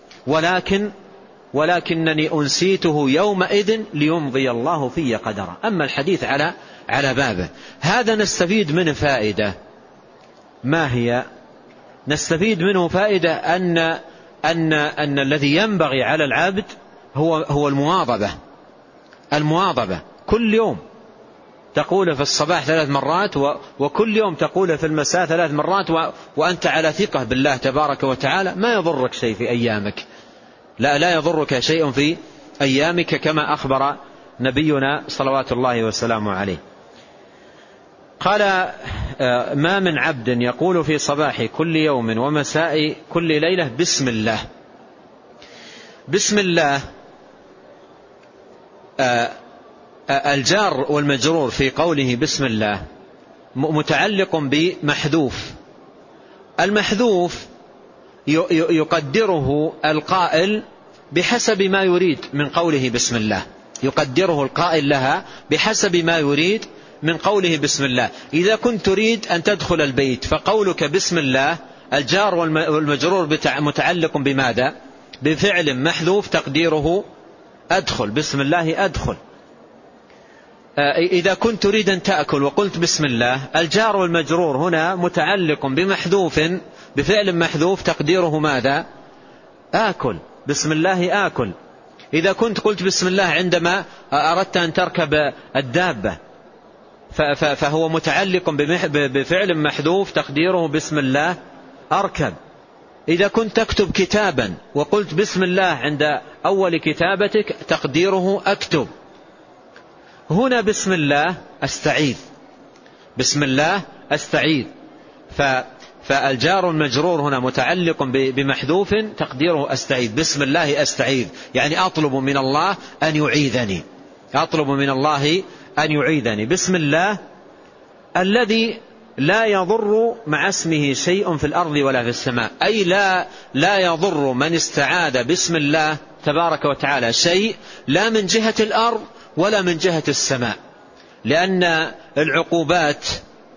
ولكنني أنسيته يومئذ ليمضي الله في قدره. أما الحديث على بابه، هذا نستفيد منه فائدة. ما هي؟ نستفيد منه فائدة أن الذي ينبغي على العبد هو المواظبة. كل يوم تقول في الصباح 3 مرات، وكل يوم تقول في المساء 3 مرات، وأنت على ثقة بالله تبارك وتعالى. ما يضرك شيء في أيامك، لا يضرك شيء في أيامك، كما أخبر نبينا صلوات الله وسلامه عليه. قال: ما من عبد يقول في صباح كل يوم ومساء كل ليلة بسم الله. بسم الله الجار والمجرور في قوله بسم الله متعلق بمحذوف. المحذوف يقدره القائل بحسب ما يريد من قوله بسم الله، يقدره القائل لها بحسب ما يريد من قوله بسم الله. إذا كنت تريد أن تدخل البيت فقولك بسم الله الجار والمجرور متعلق بماذا؟ بفعل محذوف تقديره أدخل، بسم الله أدخل. إذا كنت تريد أن تأكل وقلت بسم الله، الجار والمجرور هنا متعلق بمحذوف، بفعل محذوف تقديره ماذا؟ آكل، بسم الله آكل. إذا كنت قلت بسم الله عندما أردت أن تركب الدابة، فهو متعلق بفعل محذوف تقديره بسم الله أركب. إذا كنت تكتب كتابا وقلت بسم الله عند أول كتابتك تقديره أكتب. هنا بسم الله أستعيذ، بسم الله أستعيذ. فالجار المجرور هنا متعلق بمحذوف تقديره أستعيذ، بسم الله أستعيذ، يعني أطلب من الله أن يعيذني، أطلب من الله أن يعيذني. بسم الله الذي لا يضر مع اسمه شيء في الأرض ولا في السماء، أي لا يضر من استعاذ بسم الله تبارك وتعالى شيء، لا من جهة الأرض ولا من جهة السماء، لأن العقوبات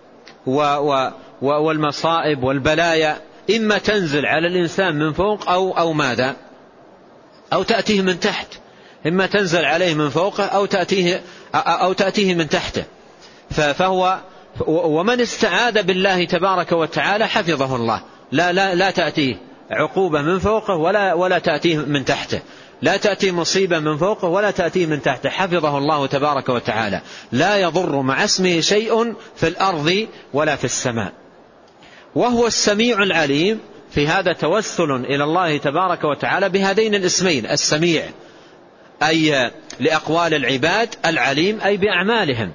والمصائب والبلايا إما تنزل على الإنسان من فوق أو ماذا؟ أو تأتيه من تحت، إما تنزل عليه من فوقه أو تأتيه من تحته. فهو ومن استعاذ بالله تبارك وتعالى حفظه الله، لا تأتيه عقوبة من فوقه ولا تأتيه من تحته، لا تأتي مصيبة من فوقه ولا تأتيه من تحته، حفظه الله تبارك وتعالى. لا يضر مع اسمه شيء في الأرض ولا في السماء. وهو السميع العليم، في هذا توسل إلى الله تبارك وتعالى بهذين الاسمين، السميع أي لأقوال العباد، العليم أي بأعمالهم.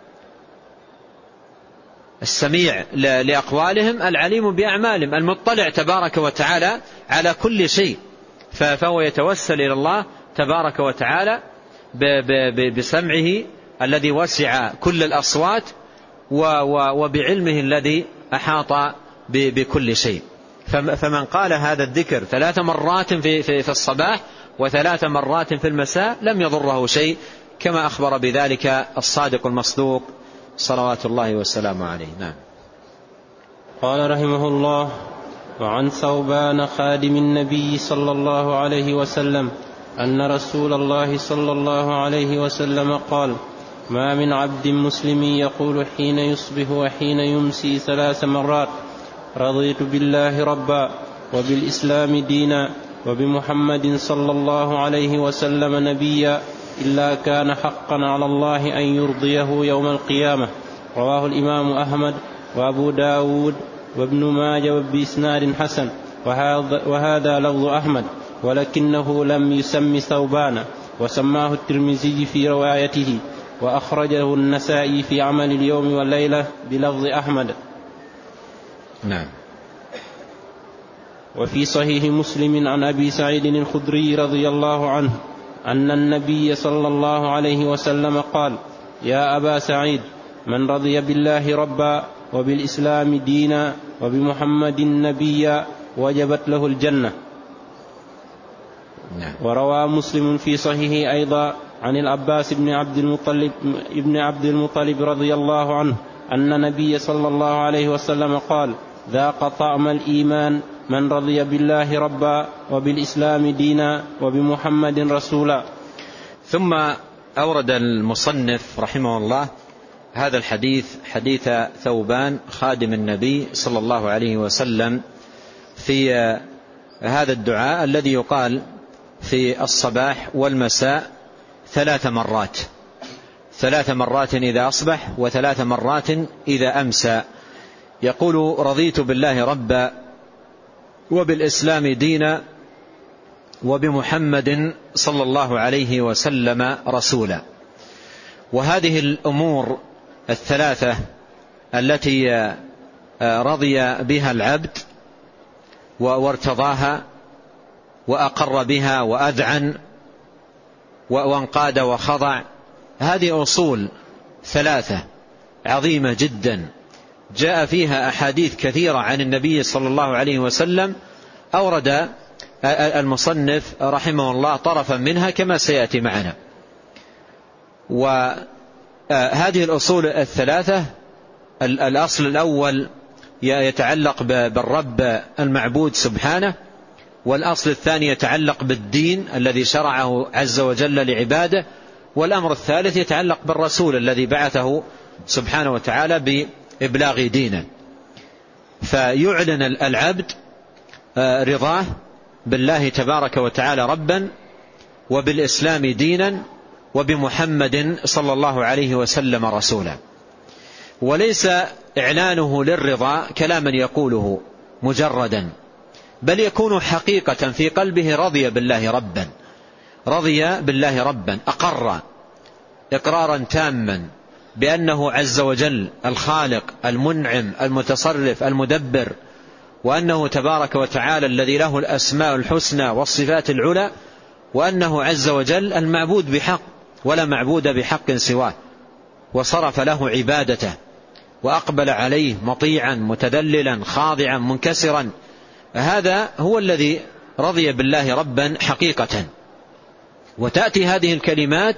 السميع لأقوالهم، العليم بأعمالهم، المطلع تبارك وتعالى على كل شيء. فهو يتوسل إلى الله تبارك وتعالى بسمعه الذي وسع كل الأصوات وبعلمه الذي أحاط بكل شيء. فمن قال هذا الذكر 3 مرات في الصباح و3 مرات في المساء لم يضره شيء، كما أخبر بذلك الصادق المصدوق صلوات الله وسلامه عليه. نعم. قال رحمه الله: وعن ثوبان خادم النبي صلى الله عليه وسلم أن رسول الله صلى الله عليه وسلم قال: ما من عبد مسلم يقول حين يصبح وحين يمسي 3 مرات: رضيت بالله ربا وبالإسلام دينا وبمحمد صلى الله عليه وسلم نبيا، إلا كان حقا على الله أن يرضيه يوم القيامة. رواه الإمام أحمد وأبو داود وابن ماجه بإسناد حسن، وهذا لفظ أحمد، ولكنه لم يسم ثوبان، وسماه الترمذي في روايته، وأخرجه النسائي في عمل اليوم والليلة بلفظ أحمد. نعم. وفي صحيح مسلم عن أبي سعيد الخدري رضي الله عنه أن النبي صلى الله عليه وسلم قال: يا أبا سعيد، من رضي بالله ربا وبالإسلام دينا وبمحمد نبيا وجبت له الجنة. وروى مسلم في صحيحه أيضا عن العباس بن عبد المطلب رضي الله عنه أن النبي صلى الله عليه وسلم قال: ذاق طعم الإيمان من رضي بالله ربا وبالإسلام دينا وبمحمد رسولا. ثم أورد المصنف رحمه الله هذا الحديث، حديث ثوبان خادم النبي صلى الله عليه وسلم، في هذا الدعاء الذي يقال في الصباح والمساء 3 مرات، 3 مرات إذا أصبح و3 مرات إذا أمسى. يقول: رضيت بالله ربا وبالإسلام دينا وبمحمد صلى الله عليه وسلم رسولا. وهذه الأمور الثلاثة التي رضي بها العبد وارتضاها وأقر بها وأذعن وانقاد وخضع، هذه أصول 3 عظيمة جدا جاء فيها أحاديث كثيرة عن النبي صلى الله عليه وسلم، أورد المصنف رحمه الله طرفا منها كما سيأتي معنا. وهذه الأصول 3، الأصل الأول يتعلق بالرب المعبود سبحانه، والأصل الثاني يتعلق بالدين الذي شرعه عز وجل لعباده، والأمر الثالث يتعلق بالرسول الذي بعثه سبحانه وتعالى بإبلاغ دينه. فيعلن العبد رضاه بالله تبارك وتعالى ربا وبالإسلام دينا وبمحمد صلى الله عليه وسلم رسولا. وليس إعلانه للرضا كلاما يقوله مجردا، بل يكون حقيقة في قلبه رضي بالله ربا، رضي بالله ربا، أقر إقرارا تاما بأنه عز وجل الخالق المنعم المتصرف المدبر، وأنه تبارك وتعالى الذي له الأسماء الحسنى والصفات العلى، وأنه عز وجل المعبود بحق ولا معبود بحق سواه، وصرف له عبادته وأقبل عليه مطيعا متذللا خاضعا منكسرا. هذا هو الذي رضي بالله ربا حقيقة. وتأتي هذه الكلمات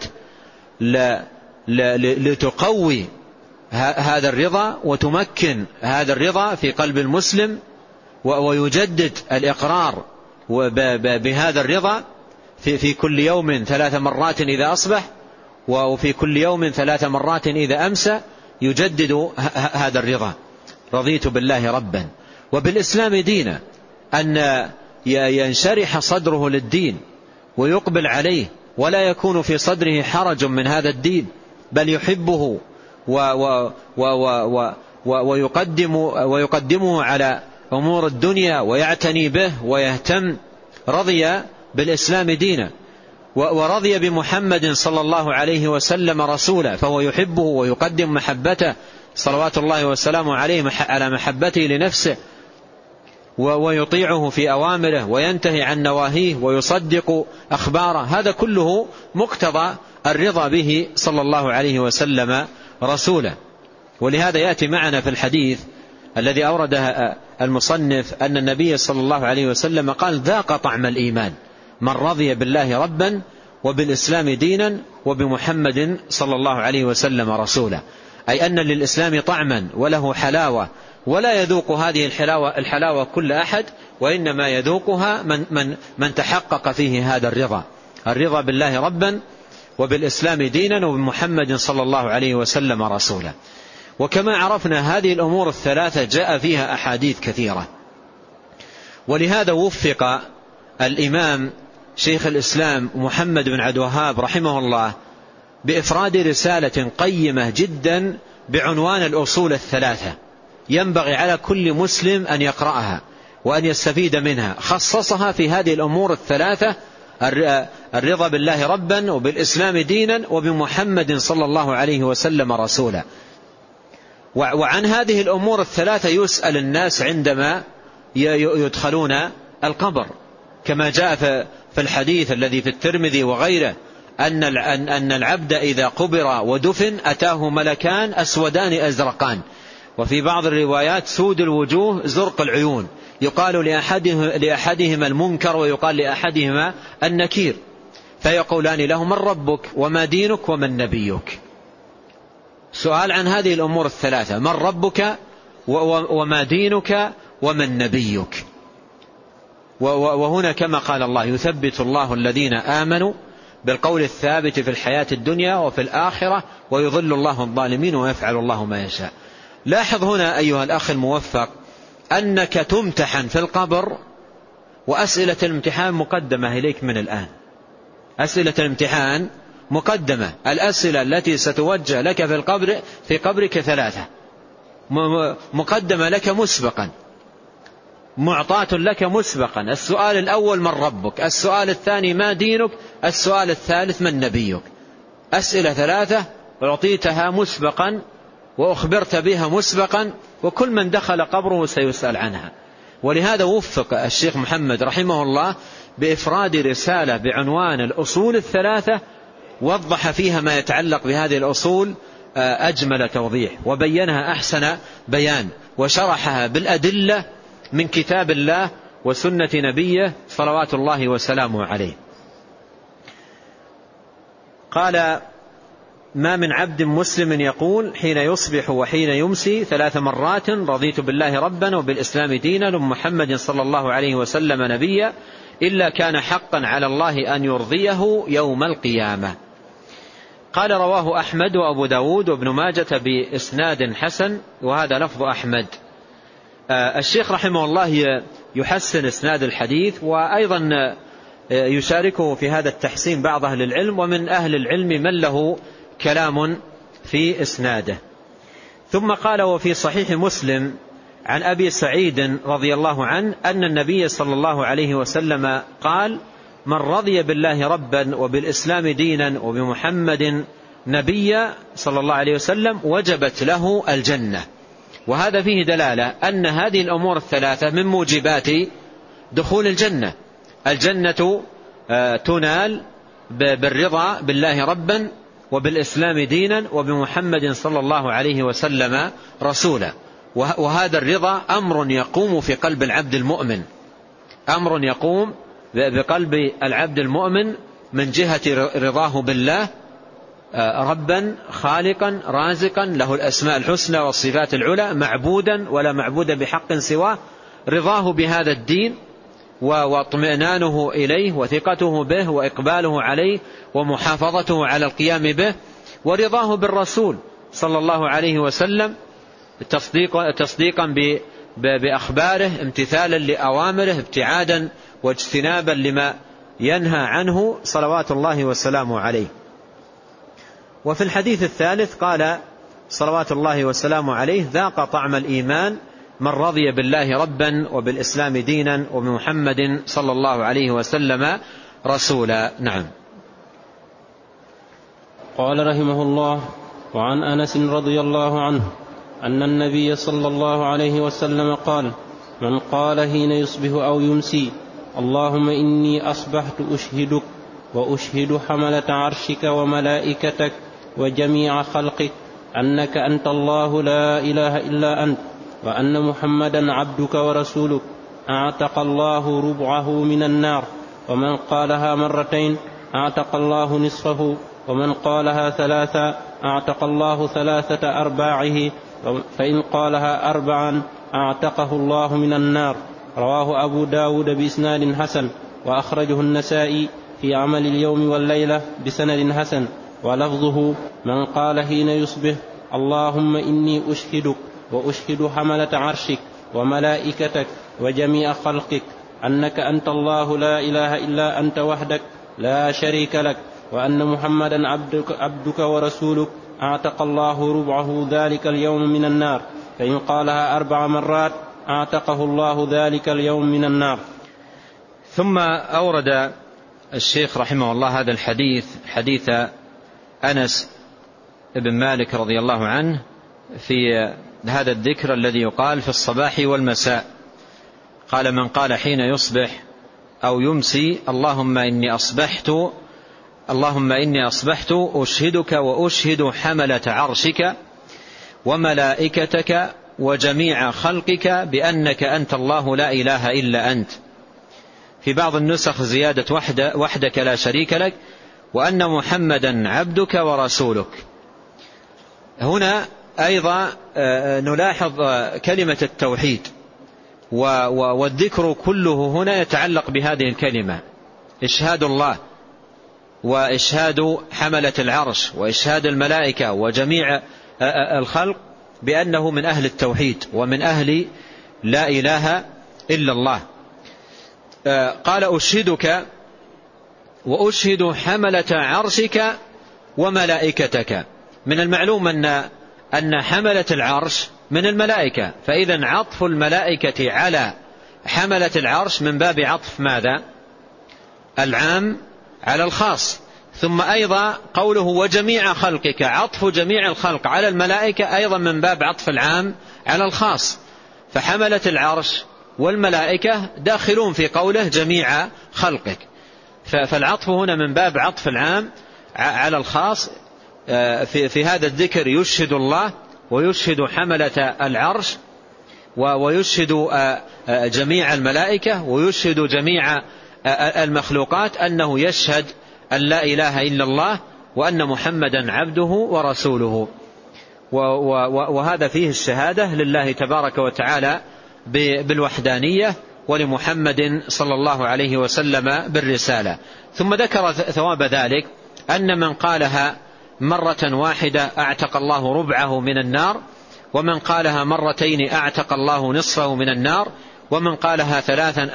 لتقوي هذا الرضا وتمكن هذا الرضا في قلب المسلم، ويجدد الإقرار بهذا الرضا في كل يوم 3 مرات إذا أصبح، وفي كل يوم 3 مرات إذا أمسى، يجدد هذا الرضا. رضيت بالله ربا وبالإسلام دينا، أن ينشرح صدره للدين ويقبل عليه، ولا يكون في صدره حرج من هذا الدين، بل يحبه ويقدمه على أمور الدنيا ويعتني به ويهتم. رضي بالإسلام دينا، ورضي بمحمد صلى الله عليه وسلم رسولا، فهو يحبه ويقدم محبته صلوات الله وسلامه عليه على محبته لنفسه، ويطيعه في أوامره وينتهي عن نواهيه ويصدق أخباره. هذا كله مقتضى الرضا به صلى الله عليه وسلم رسولا. ولهذا يأتي معنا في الحديث الذي أورده المصنف أن النبي صلى الله عليه وسلم قال: ذاق طعم الإيمان من رضي بالله ربا وبالإسلام دينا وبمحمد صلى الله عليه وسلم رسولا. أي أن للإسلام طعما وله حلاوة، ولا يذوق هذه الحلاوة كل أحد، وإنما يذوقها من تحقق فيه هذا الرضا بالله ربا وبالإسلام دينا وبمحمد صلى الله عليه وسلم رسولا. وكما عرفنا هذه الأمور 3 جاء فيها أحاديث كثيرة، ولهذا وفق الإمام شيخ الإسلام محمد بن عبد الوهاب رحمه الله بإفراد رسالة قيمة جدا بعنوان الأصول 3، ينبغي على كل مسلم أن يقرأها وأن يستفيد منها. خصصها في هذه الأمور 3: الرضا بالله ربا وبالإسلام دينا وبمحمد صلى الله عليه وسلم رسولا. وعن هذه الأمور 3 يسأل الناس عندما يدخلون القبر، كما جاء في الحديث الذي في الترمذي وغيره أن العبد إذا قبر ودفن أتاه ملكان أسودان أزرقان، وفي بعض الروايات سود الوجوه زرق العيون، يقال لأحدهما المنكر ويقال لأحدهما النكير، فيقولان له: من ربك وما دينك ومن نبيك؟ سؤال عن هذه الأمور 3: من ربك وما دينك ومن نبيك؟ وهنا كما قال الله: يثبت الله الذين آمنوا بالقول الثابت في الحياة الدنيا وفي الآخرة ويضل الله الظالمين ويفعل الله ما يشاء. لاحظ هنا أيها الأخ الموفق أنك تمتحن في القبر، وأسئلة الامتحان مقدمة إليك من الآن. أسئلة الامتحان مقدمة. الأسئلة التي ستوجه لك في قبرك 3 مقدمة لك مسبقا، معطاة لك مسبقا. السؤال الأول: من ربك؟ السؤال الثاني: ما دينك؟ السؤال الثالث: من نبيك؟ أسئلة 3 أعطيتها مسبقا وأخبرت بها مسبقا، وكل من دخل قبره سيسأل عنها. ولهذا وفق الشيخ محمد رحمه الله بإفراد رسالة بعنوان الأصول 3، وضح فيها ما يتعلق بهذه الأصول أجمل توضيح، وبينها أحسن بيان، وشرحها بالأدلة من كتاب الله وسنة نبيه صلوات الله وسلامه عليه. قال: ما من عبد مسلم يقول حين يصبح وحين يمسي 3 مرات: رضيت بالله ربا وبالإسلام دينا ومحمد صلى الله عليه وسلم نبيا، إلا كان حقا على الله أن يرضيه يوم القيامة. قال: رواه أحمد وأبو داود وابن ماجة بإسناد حسن، وهذا لفظ أحمد. الشيخ رحمه الله يحسن إسناد الحديث، وأيضا يشاركه في هذا التحسين بعض أهل العلم، ومن أهل العلم من له كلام في إسناده. ثم قال: وفي صحيح مسلم عن أبي سعيد رضي الله عنه أن النبي صلى الله عليه وسلم قال: من رضي بالله ربا وبالإسلام دينا وبمحمد نبيا صلى الله عليه وسلم وجبت له الجنة. وهذا فيه دلالة أن هذه الأمور 3 من موجبات دخول الجنة. الجنة تنال بالرضا بالله ربا وبالإسلام دينا وبمحمد صلى الله عليه وسلم رسولا. وهذا الرضا أمر يقوم في قلب العبد المؤمن، أمر يقوم بقلب العبد المؤمن من جهة رضاه بالله ربا خالقا رازقا له الأسماء الحسنى والصفات العلى، معبودا ولا معبود بحق سواه، رضاه بهذا الدين واطمئنانه إليه وثقته به وإقباله عليه ومحافظته على القيام به، ورضاه بالرسول صلى الله عليه وسلم تصديقا بأخباره، امتثالا لأوامره، ابتعادا واجتنابا لما ينهى عنه صلوات الله وسلامه عليه. وفي الحديث الثالث قال صلوات الله وسلامه عليه: ذاق طعم الإيمان من رضي بالله ربا وبالإسلام دينا وبمحمد صلى الله عليه وسلم رسولا. نعم. قال رحمه الله: وعن أنس رضي الله عنه أن النبي صلى الله عليه وسلم قال: من قال حين يصبح أو يمسي: اللهم إني أصبحت أشهدك وأشهد حملة عرشك وملائكتك وجميع خلقك أنك أنت الله لا إله إلا أنت، وأن محمدا عبدك ورسولك، أعتق الله ربعه من النار. ومن قالها 2 أعتق الله نصفه، ومن قالها 3 أعتق الله 3 أرباعه، فإن قالها 4 أعتقه الله من النار. رواه أبو داود بإسناد حسن، وأخرجه النسائي في عمل اليوم والليلة بسند حسن، ولفظه: من قال حين يصبح: اللهم إني أشهدك وأشهد حملة عرشك وملائكتك وجميع خلقك أنك أنت الله لا إله إلا أنت وحدك لا شريك لك، وأن محمدا عبدك ورسولك، أعتق الله ربعه ذلك اليوم من النار. فإن قالها 4 مرات أعتقه الله ذلك اليوم من النار. ثم أورد الشيخ رحمه الله هذا الحديث، حديث أنس بن مالك رضي الله عنه، في هذا الذكر الذي يقال في الصباح والمساء. قال: من قال حين يصبح أو يمسي: اللهم إني أصبحت أشهدك وأشهد حملة عرشك وملائكتك وجميع خلقك بأنك أنت الله لا إله إلا أنت. في بعض النسخ زيادة وحدك لا شريك لك، وأن محمدا عبدك ورسولك. هنا أيضا نلاحظ كلمة التوحيد، والذكر كله هنا يتعلق بهذه الكلمة: إشهاد الله وإشهاد حملة العرش وإشهاد الملائكة وجميع الخلق بأنه من أهل التوحيد ومن أهل لا إله إلا الله. قال: أشهدك وأشهد حملة عرشك وملائكتك. من المعلوم أن حملة العرش من الملائكة، فإذا عطف الملائكة على حملة العرش من باب عطف ماذا؟ العام على الخاص. ثم أيضا قوله وجميع خلقك، عطف جميع الخلق على الملائكة أيضا من باب عطف العام على الخاص، فحملة العرش والملائكة داخلون في قوله جميع خلقك. فالعطف هنا من باب عطف العام على الخاص. في هذا الذكر يشهد الله ويشهد حملة العرش ويشهد جميع الملائكة ويشهد جميع المخلوقات أنه يشهد أن لا إله إلا الله وأن محمدا عبده ورسوله. وهذا فيه الشهادة لله تبارك وتعالى بالوحدانية ولمحمد صلى الله عليه وسلم بالرسالة. ثم ذكر ثواب ذلك أن من قالها مرة واحدة أعتق الله ربعه من النار، ومن قالها مرتين أعتق الله نصفه من النار، ومن قالها ثلاثا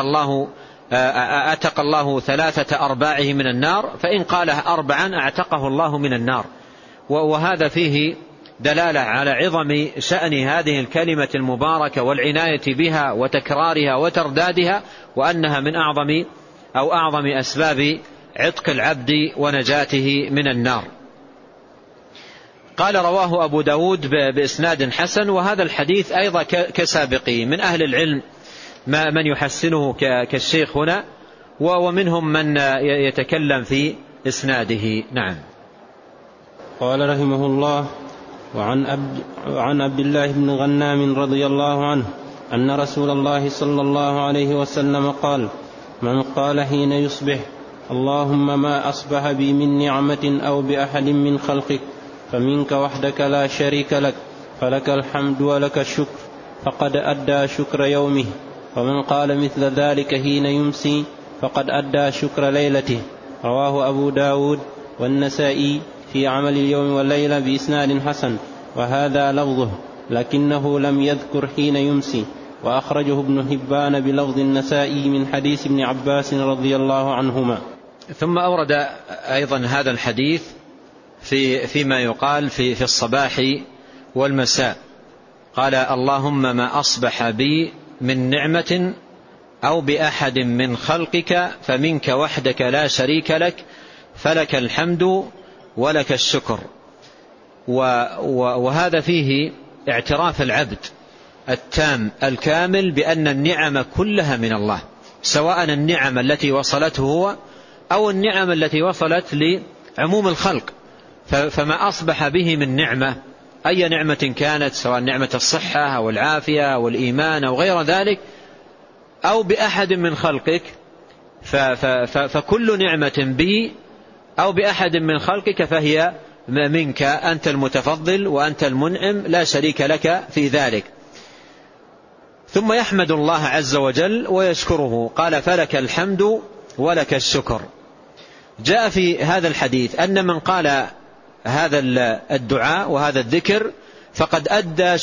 أعتق الله 3/4 من النار، فإن قالها 4 أعتقه الله من النار. وهذا فيه دلالة على عظم شأن هذه الكلمة المباركة والعناية بها وتكرارها وتردادها، وأنها من أعظم أسباب عتق العبد ونجاته من النار. قال: رواه أبو داود بإسناد حسن. وهذا الحديث أيضا كسابقه من أهل العلم من يحسنه كالشيخ هنا، ومنهم من يتكلم في إسناده. نعم. قال رحمه الله: وعن عبد الله بن غنام رضي الله عنه أن رسول الله صلى الله عليه وسلم قال: من قال حين يصبح: اللهم ما أصبح بي من نعمة أو بأحد من خلقك فمنك وحدك لا شريك لك فلك الحمد ولك الشكر، فقد أدى شكر يومه. ومن قال مثل ذلك حين يمسي فقد أدى شكر ليلته. رواه أبو داود والنسائي في عمل اليوم والليلة بإسناد حسن، وهذا لفظه، لكنه لم يذكر حين يمسي. وأخرجه ابن حبان بلفظ النسائي من حديث ابن عباس رضي الله عنهما. ثم أورد أيضا هذا الحديث فيما يقال في الصباح والمساء. قال: اللهم ما أصبح بي من نعمة أو بأحد من خلقك فمنك وحدك لا شريك لك فلك الحمد ولك الشكر. وهذا فيه اعتراف العبد التام الكامل بأن النعم كلها من الله، سواء النعم التي وصلته هو أو النعم التي وصلت لعموم الخلق. فما أصبح به من نعمة، أي نعمة كانت، سواء نعمة الصحة أو العافية أو الإيمان أو غير ذلك، أو بأحد من خلقك، فكل نعمة بي أو بأحد من خلقك فهي منك، أنت المتفضل وأنت المنعم لا شريك لك في ذلك. ثم يحمد الله عز وجل ويشكره. قال: فلك الحمد ولك الشكر. جاء في هذا الحديث أن من قال هذا الدعاء وهذا الذكر فقد أدى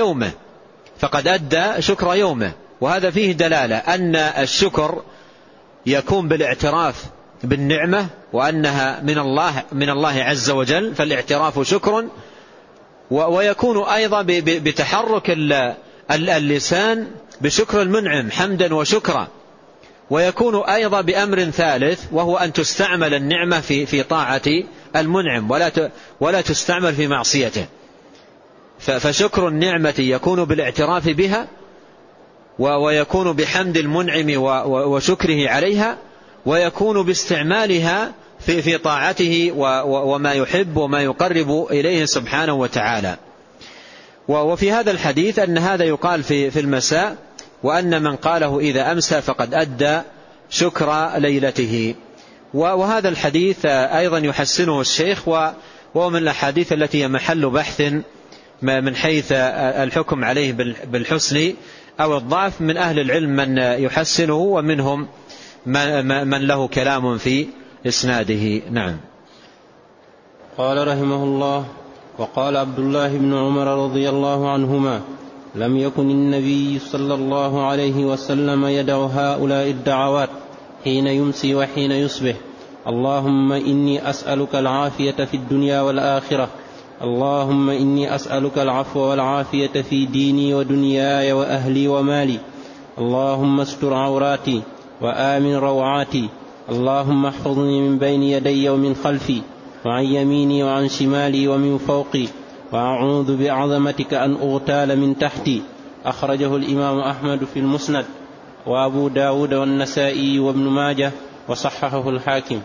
شكر يومه. وهذا فيه دلالة أن الشكر يكون بالاعتراف بالنعمة وأنها من الله عز وجل، فالاعتراف شكر. ويكون أيضا بتحرك اللسان بشكر المنعم حمدا وشكرا. ويكون أيضا بأمر ثالث، وهو أن تستعمل النعمة في طاعة المنعم ولا تستعمل في معصيته. فشكر النعمة يكون بالاعتراف بها، ويكون بحمد المنعم وشكره عليها، ويكون باستعمالها في طاعته وما يحب وما يقرب إليه سبحانه وتعالى. وفي هذا الحديث أن هذا يقال في المساء، وأن من قاله إذا أمسى فقد أدى شكر ليلته. وهذا الحديث أيضا يحسنه الشيخ، وهو من الأحاديث التي هي محل بحث من حيث الحكم عليه بالحسن أو الضعف من أهل العلم من يحسنه، ومنهم من له كلام في إسناده. نعم. قال رحمه الله: وقال عبد الله بن عمر رضي الله عنهما: لم يكن النبي صلى الله عليه وسلم يدع هؤلاء الدعوات حين يمسي وحين يصبح: اللهم إني أسألك العافية في الدنيا والآخرة، اللهم إني أسألك العفو والعافية في ديني ودنياي وأهلي ومالي، اللهم استر عوراتي وآمن روعاتي، اللهم احفظني من بين يدي ومن خلفي وعن يميني وعن شمالي ومن فوقي، وأعوذ بعظمتك أن أغتال من تحتي. أخرجه الإمام أحمد في المسند، وأبو داود والنسائي وابن ماجه، وصححه الحاكم.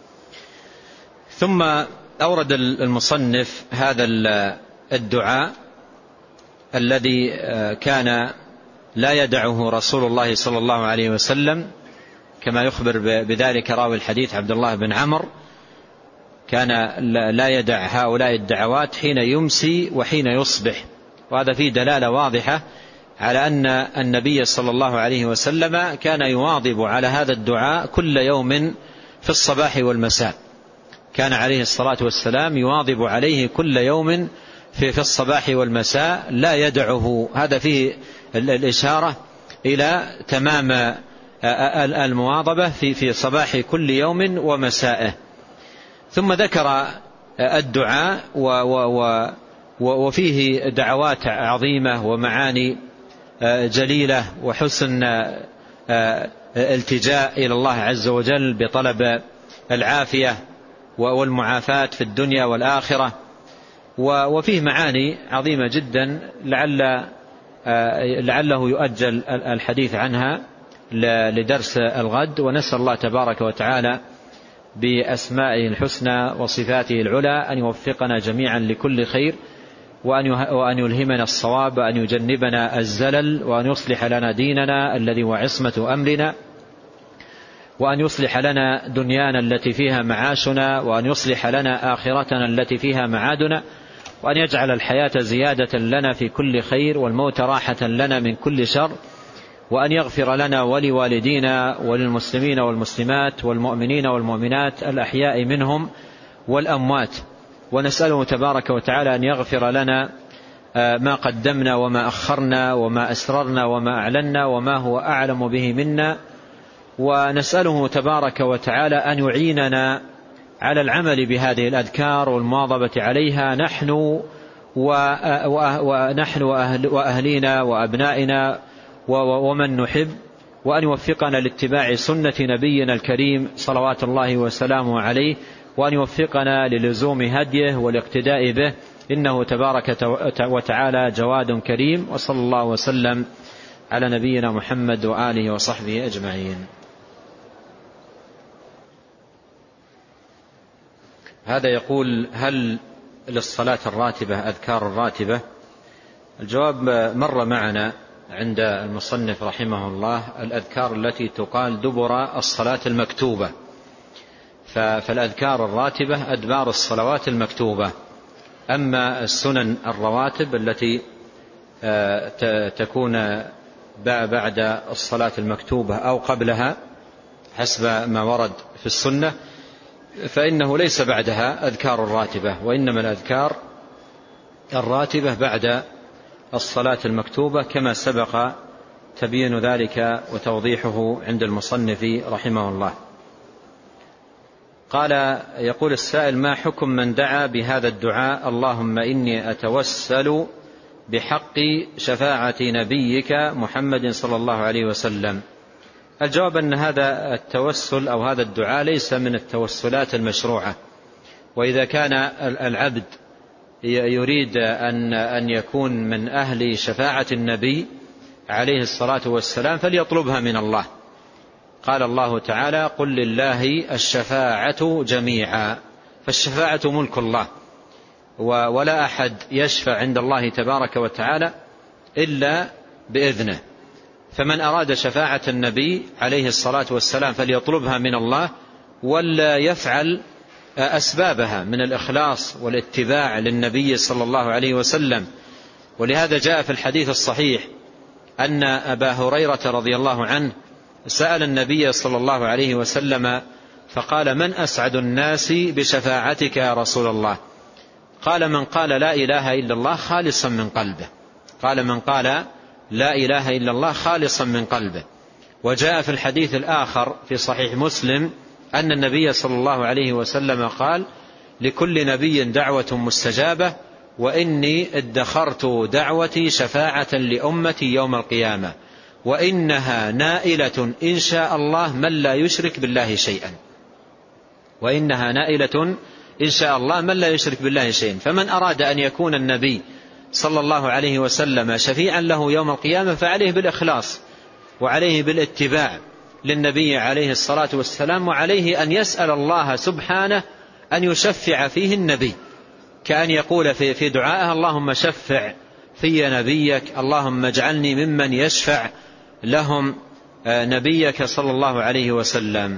ثم أورد المصنف هذا الدعاء الذي كان لا يدعه رسول الله صلى الله عليه وسلم، كما يخبر بذلك راوي الحديث عبد الله بن عمرو، كان لا يدع هؤلاء الدعوات حين يمسي وحين يصبح. وهذا فيه دلالة واضحة على أن النبي صلى الله عليه وسلم كان يواظب على هذا الدعاء كل يوم في الصباح والمساء. كان عليه الصلاة والسلام يواظب عليه كل يوم في الصباح والمساء لا يدعه. هذا فيه الإشارة إلى تمام المواظبة في صباح كل يوم ومسائه. ثم ذكر الدعاء وفيه دعوات عظيمة ومعاني جليلة وحسن التجاء إلى الله عز وجل بطلب العافية والمعافاة في الدنيا والآخرة، وفيه معاني عظيمة جدا لعله يؤجل الحديث عنها لدرس الغد. ونسأل الله تبارك وتعالى بأسمائه الحسنى وصفاته العلى أن يوفقنا جميعا لكل خير، وأن يلهمنا الصواب، وأن يجنبنا الزلل، وأن يصلح لنا ديننا الذي هو عصمة أمرنا، وأن يصلح لنا دنيانا التي فيها معاشنا، وأن يصلح لنا آخرتنا التي فيها معادنا، وأن يجعل الحياة زيادة لنا في كل خير والموت راحة لنا من كل شر، وأن يغفر لنا ولوالدينا وللمسلمين والمسلمات والمؤمنين والمؤمنات الأحياء منهم والأموات. ونسأله تبارك وتعالى أن يغفر لنا ما قدمنا وما أخرنا وما أسررنا وما أعلنا وما هو أعلم به منا. ونسأله تبارك وتعالى أن يعيننا على العمل بهذه الأذكار والمواظبة عليها نحن وأهلينا وأبنائنا ومن نحب، وأن يوفقنا لاتباع سنة نبينا الكريم صلوات الله وسلامه عليه، وأن يوفقنا للزوم هديه والاقتداء به، إنه تبارك وتعالى جواد كريم. وصلى الله وسلم على نبينا محمد وآله وصحبه أجمعين. هذا يقول: هل للصلاة الراتبة أذكار الراتبة؟ الجواب مر معنا عند المصنف رحمه الله الأذكار التي تقال دبر الصلاة المكتوبة، فالأذكار الراتبة أدبار الصلوات المكتوبة. أما السنن الرواتب التي تكون بعد الصلاة المكتوبة أو قبلها حسب ما ورد في السنة، فإنه ليس بعدها أذكار الراتبة، وإنما الأذكار الراتبة بعد الصلاة المكتوبة، كما سبق تبيين ذلك وتوضيحه عند المصنف رحمه الله. قال: يقول السائل: ما حكم من دعا بهذا الدعاء اللهم إني أتوسل بحق شفاعة نبيك محمد صلى الله عليه وسلم؟ الجواب أن هذا التوسل أو هذا الدعاء ليس من التوسلات المشروعة، وإذا كان العبد يريد أن يكون من أهل شفاعة النبي عليه الصلاة والسلام فليطلبها من الله. قال الله تعالى: قل لله الشفاعة جميعا، فالشفاعة ملك الله، ولا أحد يشفع عند الله تبارك وتعالى إلا بإذنه. فمن أراد شفاعة النبي عليه الصلاة والسلام فليطلبها من الله، ولا يفعل أسبابها من الإخلاص والاتباع للنبي صلى الله عليه وسلم ولهذا جاء في الحديث الصحيح أن أبا هريرة رضي الله عنه سأل النبي صلى الله عليه وسلم فقال: من أسعد الناس بشفاعتك يا رسول الله؟ قال: من قال لا إله إلا الله خالصا من قلبه. قال: من قال لا إله إلا الله خالصا من قلبه. وجاء في الحديث الآخر في صحيح مسلم أن النبي صلى الله عليه وسلم قال: لكل نبي دعوة مستجابة، وإني ادخرت دعوتي شفاعة لأمتي يوم القيامة، وإنها نائلة إن شاء الله من لا يشرك بالله شيئا. وإنها نائلة إن شاء الله من لا يشرك بالله شيئا. فمن أراد أن يكون النبي صلى الله عليه وسلم شفيعا له يوم القيامة فعليه بالإخلاص، وعليه بالاتباع للنبي عليه الصلاة والسلام، وعليه أن يسأل الله سبحانه أن يشفع فيه النبي، كأن يقول في دعائه: اللهم شفع في نبيك، اللهم اجعلني ممن يشفع لهم نبيك صلى الله عليه وسلم.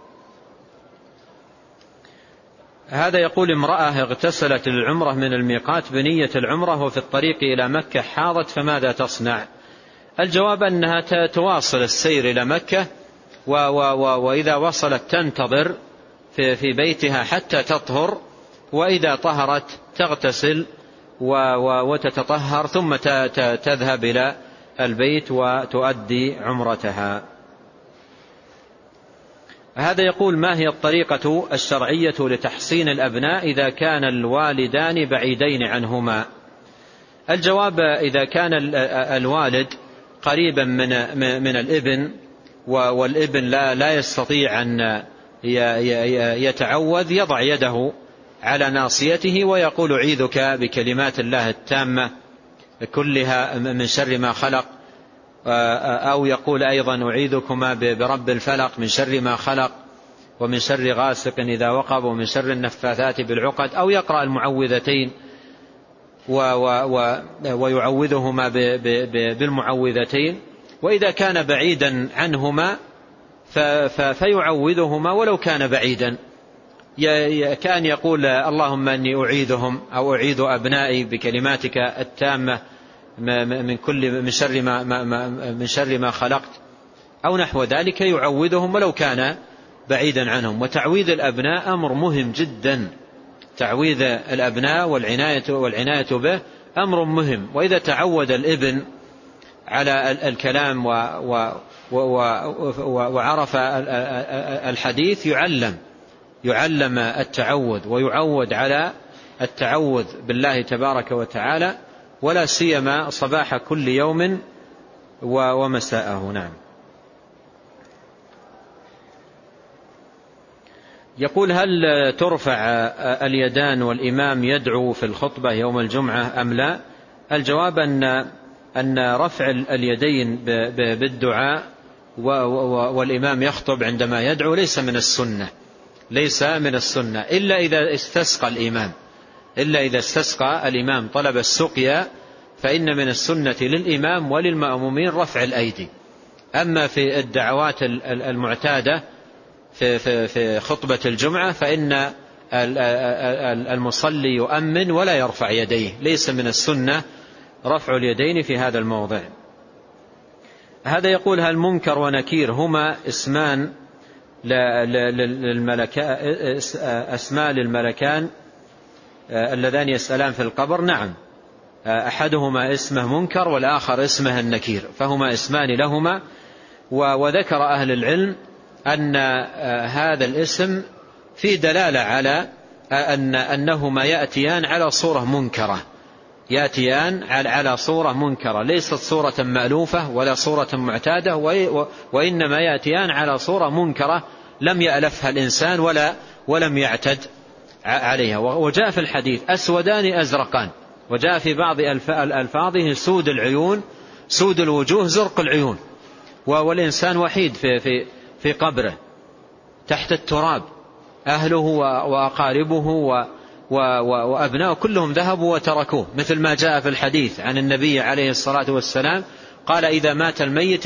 هذا يقول: امرأة اغتسلت للعمرة من الميقات بنية العمرة وفي الطريق إلى مكة حاضت، فماذا تصنع؟ الجواب أنها تواصل السير إلى مكة، وإذا وصلت تنتظر في بيتها حتى تطهر، وإذا طهرت تغتسل وتتطهر ثم تذهب إلى البيت وتؤدي عمرتها. هذا يقول: ما هي الطريقة الشرعية لتحصين الأبناء إذا كان الوالدان بعيدين عنهما؟ الجواب: إذا كان الوالد قريبا من الابن، والابن لا يستطيع أن يتعوذ، يضع يده على ناصيته ويقول: أعيذك بكلمات الله التامة كلها من شر ما خلق، أو يقول أيضا: أعيذكما برب الفلق من شر ما خلق، ومن شر غاسق إذا وقب، ومن شر النفاثات بالعقد، أو يقرأ المعوذتين ويعوذهما بالمعوذتين. وإذا كان بعيدا عنهما فيعوذهما ولو كان بعيدا، كأن يقول: اللهم أني أعيذهم أو أعيذ أبنائي بكلماتك التامة من شر ما خلقت، أو نحو ذلك، يعوذهم ولو كان بعيدا عنهم. وتعويذ الأبناء أمر مهم جدا، تعويذ الأبناء والعناية به أمر مهم. وإذا تعود الابن على الكلام وعرف الحديث يعلم التعوذ، ويعود على التعوذ بالله تبارك وتعالى، ولا سيما صباح كل يوم ومساءه. نعم. يقول: هل ترفع اليدان والإمام يدعو في الخطبة يوم الجمعة أم لا؟ الجواب أن رفع اليدين بالدعاء والإمام يخطب عندما يدعو ليس من السنة، إلا إذا استسقى الإمام طلب السقيا، فإن من السنة للإمام وللمأمومين رفع الأيدي. أما في الدعوات المعتادة في خطبة الجمعة فإن المصلي يؤمن ولا يرفع يديه، ليس من السنة رفع اليدين في هذا الموضع. هذا يقول: هل منكر ونكير هما اسمان أسماء للملكان اللذان يسألان في القبر؟ نعم، أحدهما اسمه منكر والآخر اسمه النكير، فهما اسمان لهما. وذكر أهل العلم أن هذا الاسم في دلالة على أنهما يأتيان على صورة منكرة، ليست صورة مألوفة ولا صورة معتادة، وإنما يأتيان على صورة منكرة لم يألفها الإنسان ولم يعتد عليها. وجاء في الحديث: أسودان أزرقان، وجاء في بعض ألفاظه: سود العيون، سود الوجوه، زرق العيون. والإنسان وحيد في قبره تحت التراب، أهله وأقاربه وأبناءه كلهم ذهبوا وتركوه، مثل ما جاء في الحديث عن النبي عليه الصلاة والسلام قال: إذا مات الميت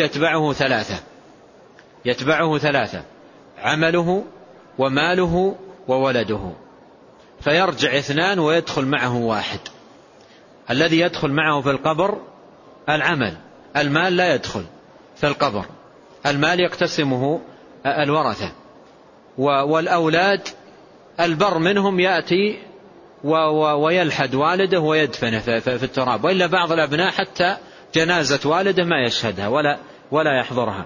يتبعه ثلاثة: عمله وماله وولده، فيرجع 2 ويدخل معه 1. الذي يدخل معه في القبر العمل، المال لا يدخل في القبر، المال يقتسمه الورثة، والأولاد البر منهم يأتي ويلحد والده ويدفنه في التراب، وإلا بعض الأبناء حتى جنازة والده ما يشهدها ولا يحضرها.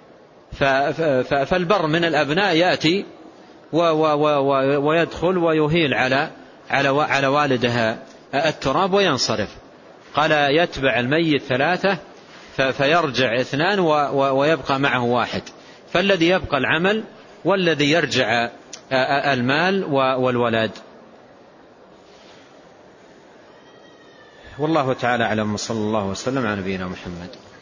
فالبر من الأبناء يأتي ويدخل ويهيل على والدها التراب وينصرف. قال يتبع الميت 3 فيرجع 2 ويبقى معه 1، فالذي يبقى العمل والذي يرجع المال والولد. والله تعالى أعلم، صلى الله وسلم على نبينا محمد.